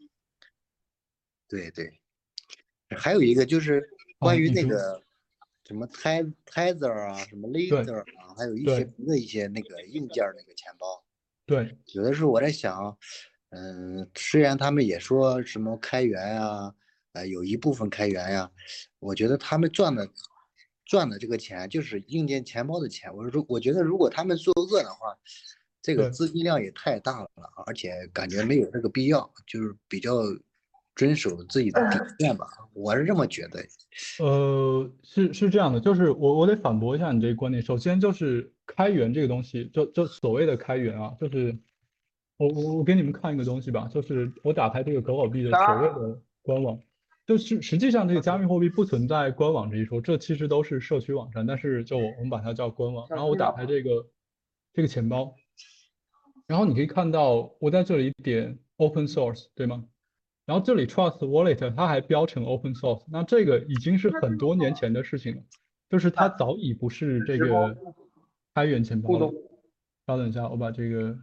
S4: 对，还有一个就是关于那个什么Tether 啊，什么 Ledger 啊，还有一些那个硬件那个钱包。
S1: 对，
S4: 有的时候我在想，虽然他们也说什么开源啊，有一部分开源呀，我觉得他们赚的这个钱就是硬件钱包的钱。我觉得如果他们作恶的话，这个资金量也太大了，而且感觉没有这个必要，就是比较遵守自己的底线吧，我是这么觉得。
S1: 是这样的，就是我得反驳一下你这个观点。首先就是开源这个东西，就所谓的开源啊，就是我给你们看一个东西吧，就是我打开这个狗狗币的所谓的官网，就是实际上这个加密货币不存在官网这一说，这其实都是社区网站，但是就我们把它叫官网。然后我打开这个钱包，然后你可以看到我在这里点 open source， 对吗？然后这里 Trust Wallet 它还标成 Open Source， 那这个已经是很多年前的事情了，就是它早已不是这个开源钱包了。稍等一下，我把这个，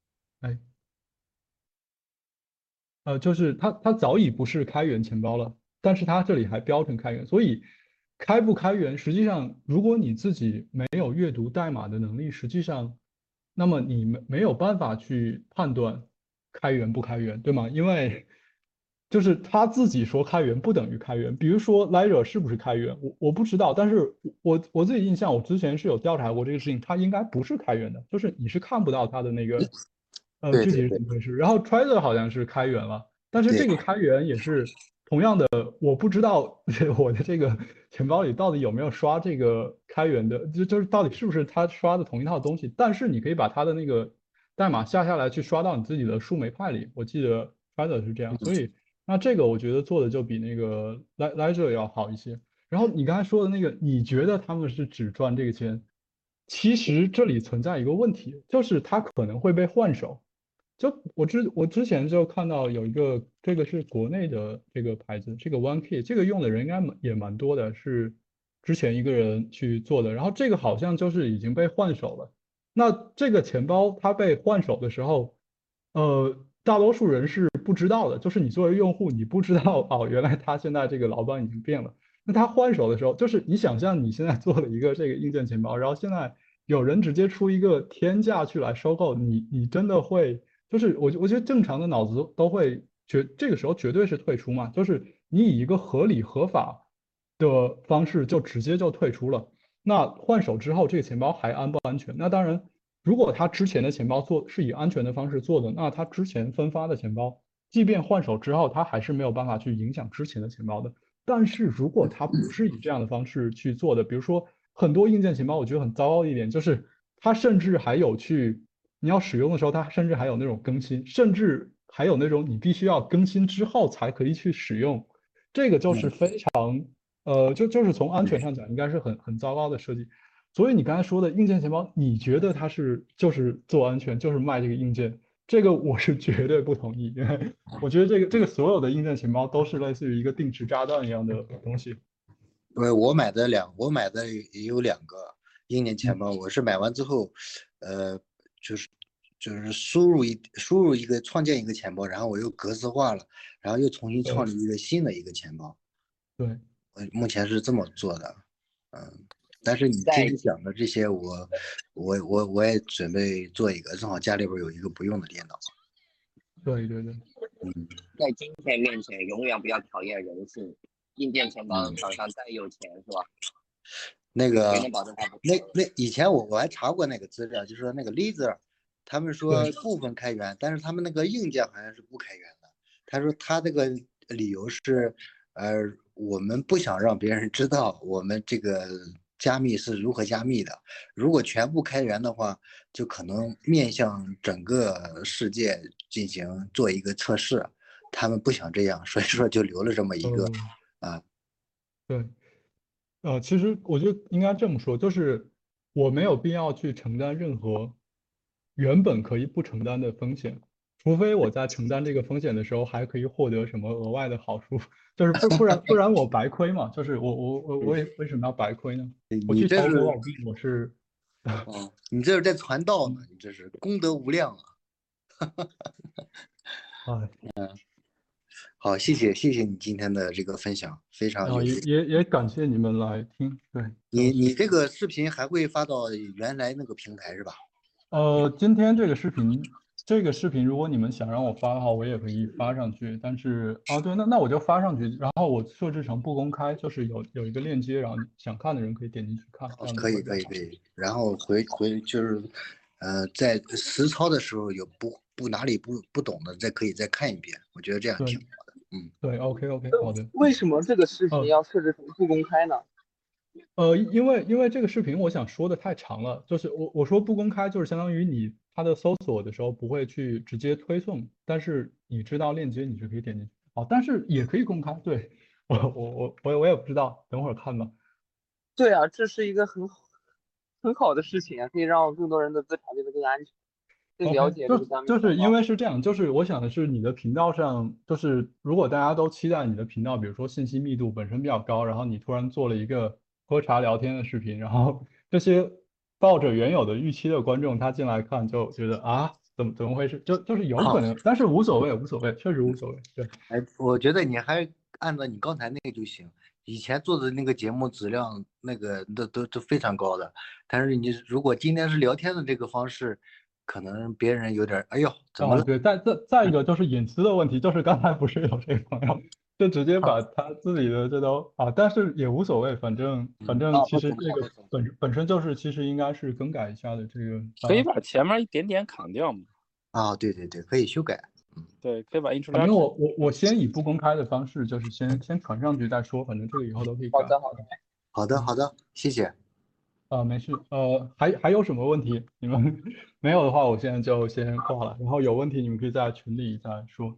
S1: 就是它早已不是开源钱包了，但是它这里还标成开源，所以开不开源，实际上如果你自己没有阅读代码的能力，实际上，那么你没有办法去判断开源不开源，对吗？因为就是他自己说开源不等于开源，比如说 Ledger 是不是开源，我不知道，但是我自己印象，我之前是有调查过这个事情，它应该不是开源的，就是你是看不到它的那个具体是怎么回事。然后 Trezor 好像是开源了，但是这个开源也是同样的，我不知道我的这个钱包里到底有没有刷这个开源的，就是到底是不是他刷的同一套东西，但是你可以把它的那个代码下来去刷到你自己的树莓派里，我记得 Trezor 是这样，所以。那这个我觉得做的就比那个 Ledger 要好一些。然后你刚才说的那个，你觉得他们是只赚这个钱，其实这里存在一个问题，就是它可能会被换手。就我之前就看到有一个，这个是国内的这个牌子，这个 OneKey，这个用的人应该也蛮多的，是之前一个人去做的。然后这个好像就是已经被换手了。那这个钱包它被换手的时候，大多数人是不知道的，就是你作为用户，你不知道哦，原来他现在这个老板已经变了。那他换手的时候，就是你想象你现在做了一个这个硬件钱包，然后现在有人直接出一个天价去来收购你真的会，就是我觉得正常的脑子都会这个时候绝对是退出嘛，就是你以一个合理合法的方式就直接就退出了。那换手之后，这个钱包还安不安全？那当然，如果他之前的钱包是以安全的方式做的，那他之前分发的钱包，即便换手之后，他还是没有办法去影响之前的钱包的。但是如果他不是以这样的方式去做的，比如说很多硬件钱包，我觉得很糟糕的一点就是它甚至还有你要使用的时候，它甚至还有那种更新，甚至还有那种你必须要更新之后才可以去使用，这个就是非常就是从安全上讲，应该是很糟糕的设计。所以你刚才说的硬件钱包，你觉得它就是做安全，就是卖这个硬件，这个我是绝对不同意，因为我觉得这个所有的硬件钱包都是类似于一个定时炸弹一样的东西。
S4: 我买的有2个硬件钱包，我是买完之后，就是输入一个创建一个钱包，然后我又格式化了，然后又重新创立一个新的一个钱包。
S1: 对，
S4: 目前是这么做的，但是你今天讲的这些，我也准备做一个，正好家里边有一个不用的电脑。
S1: 对，
S5: 在金钱面前，永远不要考验人性。硬件钱包厂商再有钱是吧？
S4: 那个
S5: 谁能保证他不
S4: 以前我还查过那个资料，就是说那个 Laser， 他们说部分开源，但是他们那个硬件好像是不开源的。他说他这个理由是，我们不想让别人知道我们这个加密是如何加密的。如果全部开源的话，就可能面向整个世界进行做一个测试。他们不想这样，所以说就留了这么一个
S1: 对，其实我觉得应该这么说，就是我没有必要去承担任何原本可以不承担的风险，除非我在承担这个风险的时候还可以获得什么额外的好处，就是不然我白亏嘛，就是我为什么要白亏呢？我去投狗币，我是，
S4: 你这是在传道呢，你这是功德无量啊！好，谢谢你今天的这个分享，非常有趣。
S1: 也感谢你们来听。对，
S4: 你这个视频还会发到原来那个平台是吧？
S1: 今天这个视频，如果你们想让我发的话，我也可以发上去。但是对，那我就发上去，然后我设置成不公开，就是有一个链接，然后想看的人可以点进去看。
S4: 可以。然后回就是，在实操的时候有哪里不懂的，可以再看一遍。我觉得这样挺好的。
S1: 对，OK，好的。
S3: 为什么这个视频要设置成不公开呢？
S1: 因为这个视频我想说的太长了，就是我说不公开，就是相当于它的搜索的时候不会去直接推送，但是你知道链接你就可以点进去。但是也可以公开，对，我也不知道，等会儿看吧。
S3: 对啊，这是一个很好的事情啊，可以让更多人的资产变得更安全，更了解这个加密
S1: 就是因为是这样，就是我想的是你的频道上，就是如果大家都期待你的频道，比如说信息密度本身比较高，然后你突然做了一个喝茶聊天的视频，然后这些抱着原有的预期的观众他进来看就觉得怎么回事，就是有可能，但是无所谓，确实无所谓。对，
S4: 我觉得你还按照你刚才那个就行。以前做的那个节目质量那个都非常高的，但是你如果今天是聊天的这个方式，可能别人有点哎呦怎么了？
S1: 对，再一个就是隐私的问题，就是刚才不是有这个朋友就直接把他自己的这都但是也无所谓，反正其实这个本身就是其实应该是更改一下的这个，
S3: 可以把前面一点点砍掉嘛。
S4: 对，可以修改。
S3: 对，可以把 introduction。
S1: 反正我先以不公开的方式，就是先传上去再说，反正这个以后都可以改。
S4: 好的，谢谢。
S1: 没事。还有什么问题？你们没有的话，我现在就先挂了。然后有问题你们可以在群里再说。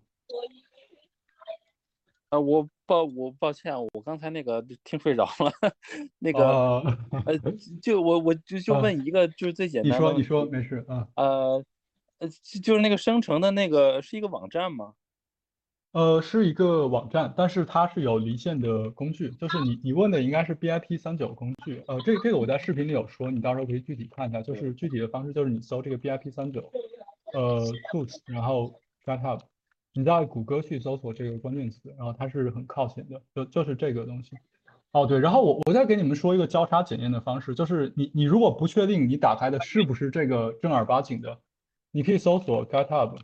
S3: 我抱歉，我刚才那个听睡着了，那个我就问一个就是最简单的。
S1: 你说没事啊。
S3: 就是那个生成的那个是一个网站吗？
S1: 是一个网站，但是它是有离线的工具，就是你问的应该是 BIP39工具。这个我在视频里有说，你到时候可以具体看一下，就是具体的方式就是你搜这个 BIP39，tools，然后 startup，你在谷歌去搜索这个关键词，然后它是很靠前的，就是这个东西。 哦，对，然后我再给你们说一个交叉检验的方式，就是你如果不确定你打开的是不是这个正儿八经的，你可以搜索 GitHub，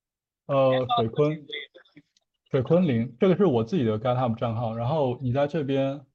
S1: 水坤零，这个是我自己的 GitHub 账号，然后你在这边，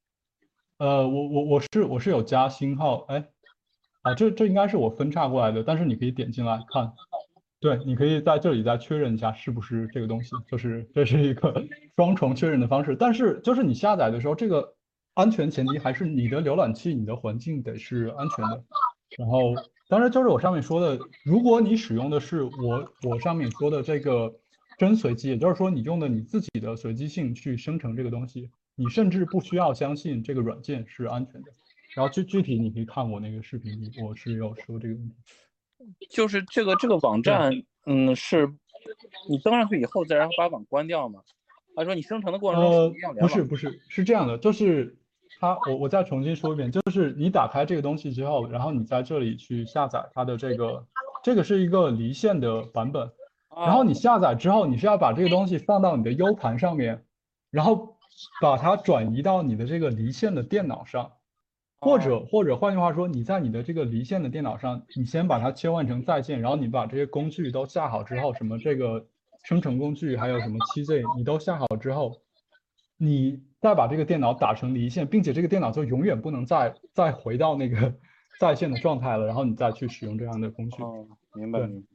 S1: 我是有加星号，哎，啊，这应该是我分叉过来的，但是你可以点进来看，对，你可以在这里再确认一下是不是这个东西，就是这是一个双重确认的方式。但是就是你下载的时候，这个安全前提还是你的浏览器、你的环境得是安全的。然后，当然就是我上面说的，如果你使用的是我上面说的这个真随机，也就是说你用的你自己的随机性去生成这个东西，你甚至不需要相信这个软件是安全的。然后具体你可以看我那个视频里，我是有说这个问题。
S3: 就是这个网站，是你登上去以后再然后把网关掉吗？还是说你生成的过程中是一样联网？
S1: 不是，是这样的，就是我再重新说一遍，就是你打开这个东西之后，然后你在这里去下载它的这个是一个离线的版本，然后你下载之后，你是要把这个东西放到你的 U 盘上面，然后把它转移到你的这个离线的电脑上。或者换句话说，你在你的这个离线的电脑上，你先把它切换成在线，然后你把这些工具都下好之后，什么这个生成工具，还有什么7J，你都下好之后，你再把这个电脑打成离线，并且这个电脑就永远不能再回到那个在线的状态了，然后你再去使用这样的工具。
S3: 哦，明白。
S1: 对，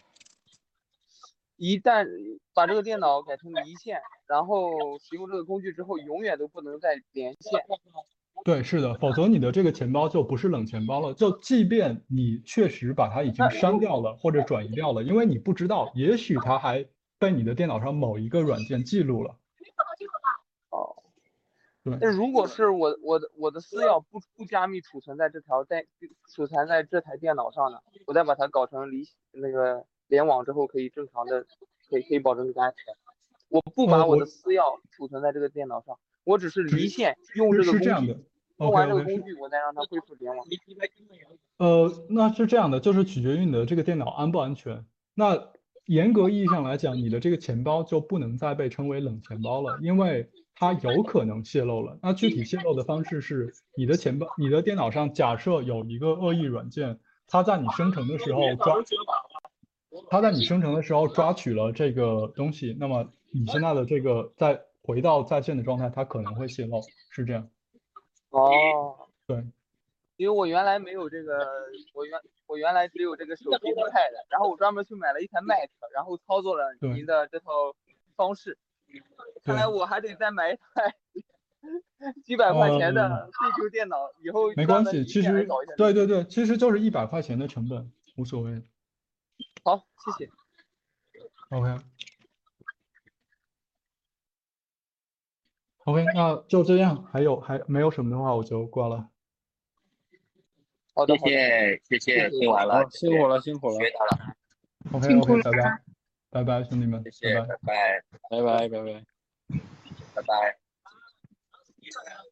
S7: 一旦把这个电脑改成离线，然后使用这个工具之后，永远都不能再连线。
S1: 对，是的，否则你的这个钱包就不是冷钱包了。就即便你确实把它已经删掉了或者转移掉了，因为你不知道，也许它还被你的电脑上某一个软件记录了。
S7: 哦，
S1: 对。
S7: 那如果是我的私钥不加密储存在储存在这台电脑上呢，我再把它搞成联网之后，可以正常的可以保证这个安全。我不把我的私钥储存在这个电脑上，我只是离线用这个工具，用完这个工具，我再让它恢复联网。
S1: 那是这样的，就是取决于你的这个电脑安不安全。那严格意义上来讲，你的这个钱包就不能再被称为冷钱包了，因为它有可能泄露了。那具体泄露的方式是，你的电脑上假设有一个恶意软件，它在你生成的时候抓取了这个东西，那么你现在的这个再回到在线的状态，它可能会泄露，是这样。
S7: 哦，
S1: 对，
S7: 因为我原来没有这个，我原来只有这个手机和 Pad，然后我专门去买了一台 Mac，然后操作了您的这套方式。看来我还得再买一台几百块钱的废旧电脑，以后
S1: 没关系，其实对，其实就是100块钱的成本，无所谓。
S7: 好，谢谢。
S1: OK，那就这样，还没有什么的话，我就挂了。
S7: 好的，
S5: 谢谢，听完了，
S3: 辛苦了，辛苦了，
S5: 学到了。
S1: OK，拜拜，兄弟们，
S5: 谢谢，拜拜，
S3: 拜拜。
S5: 拜拜。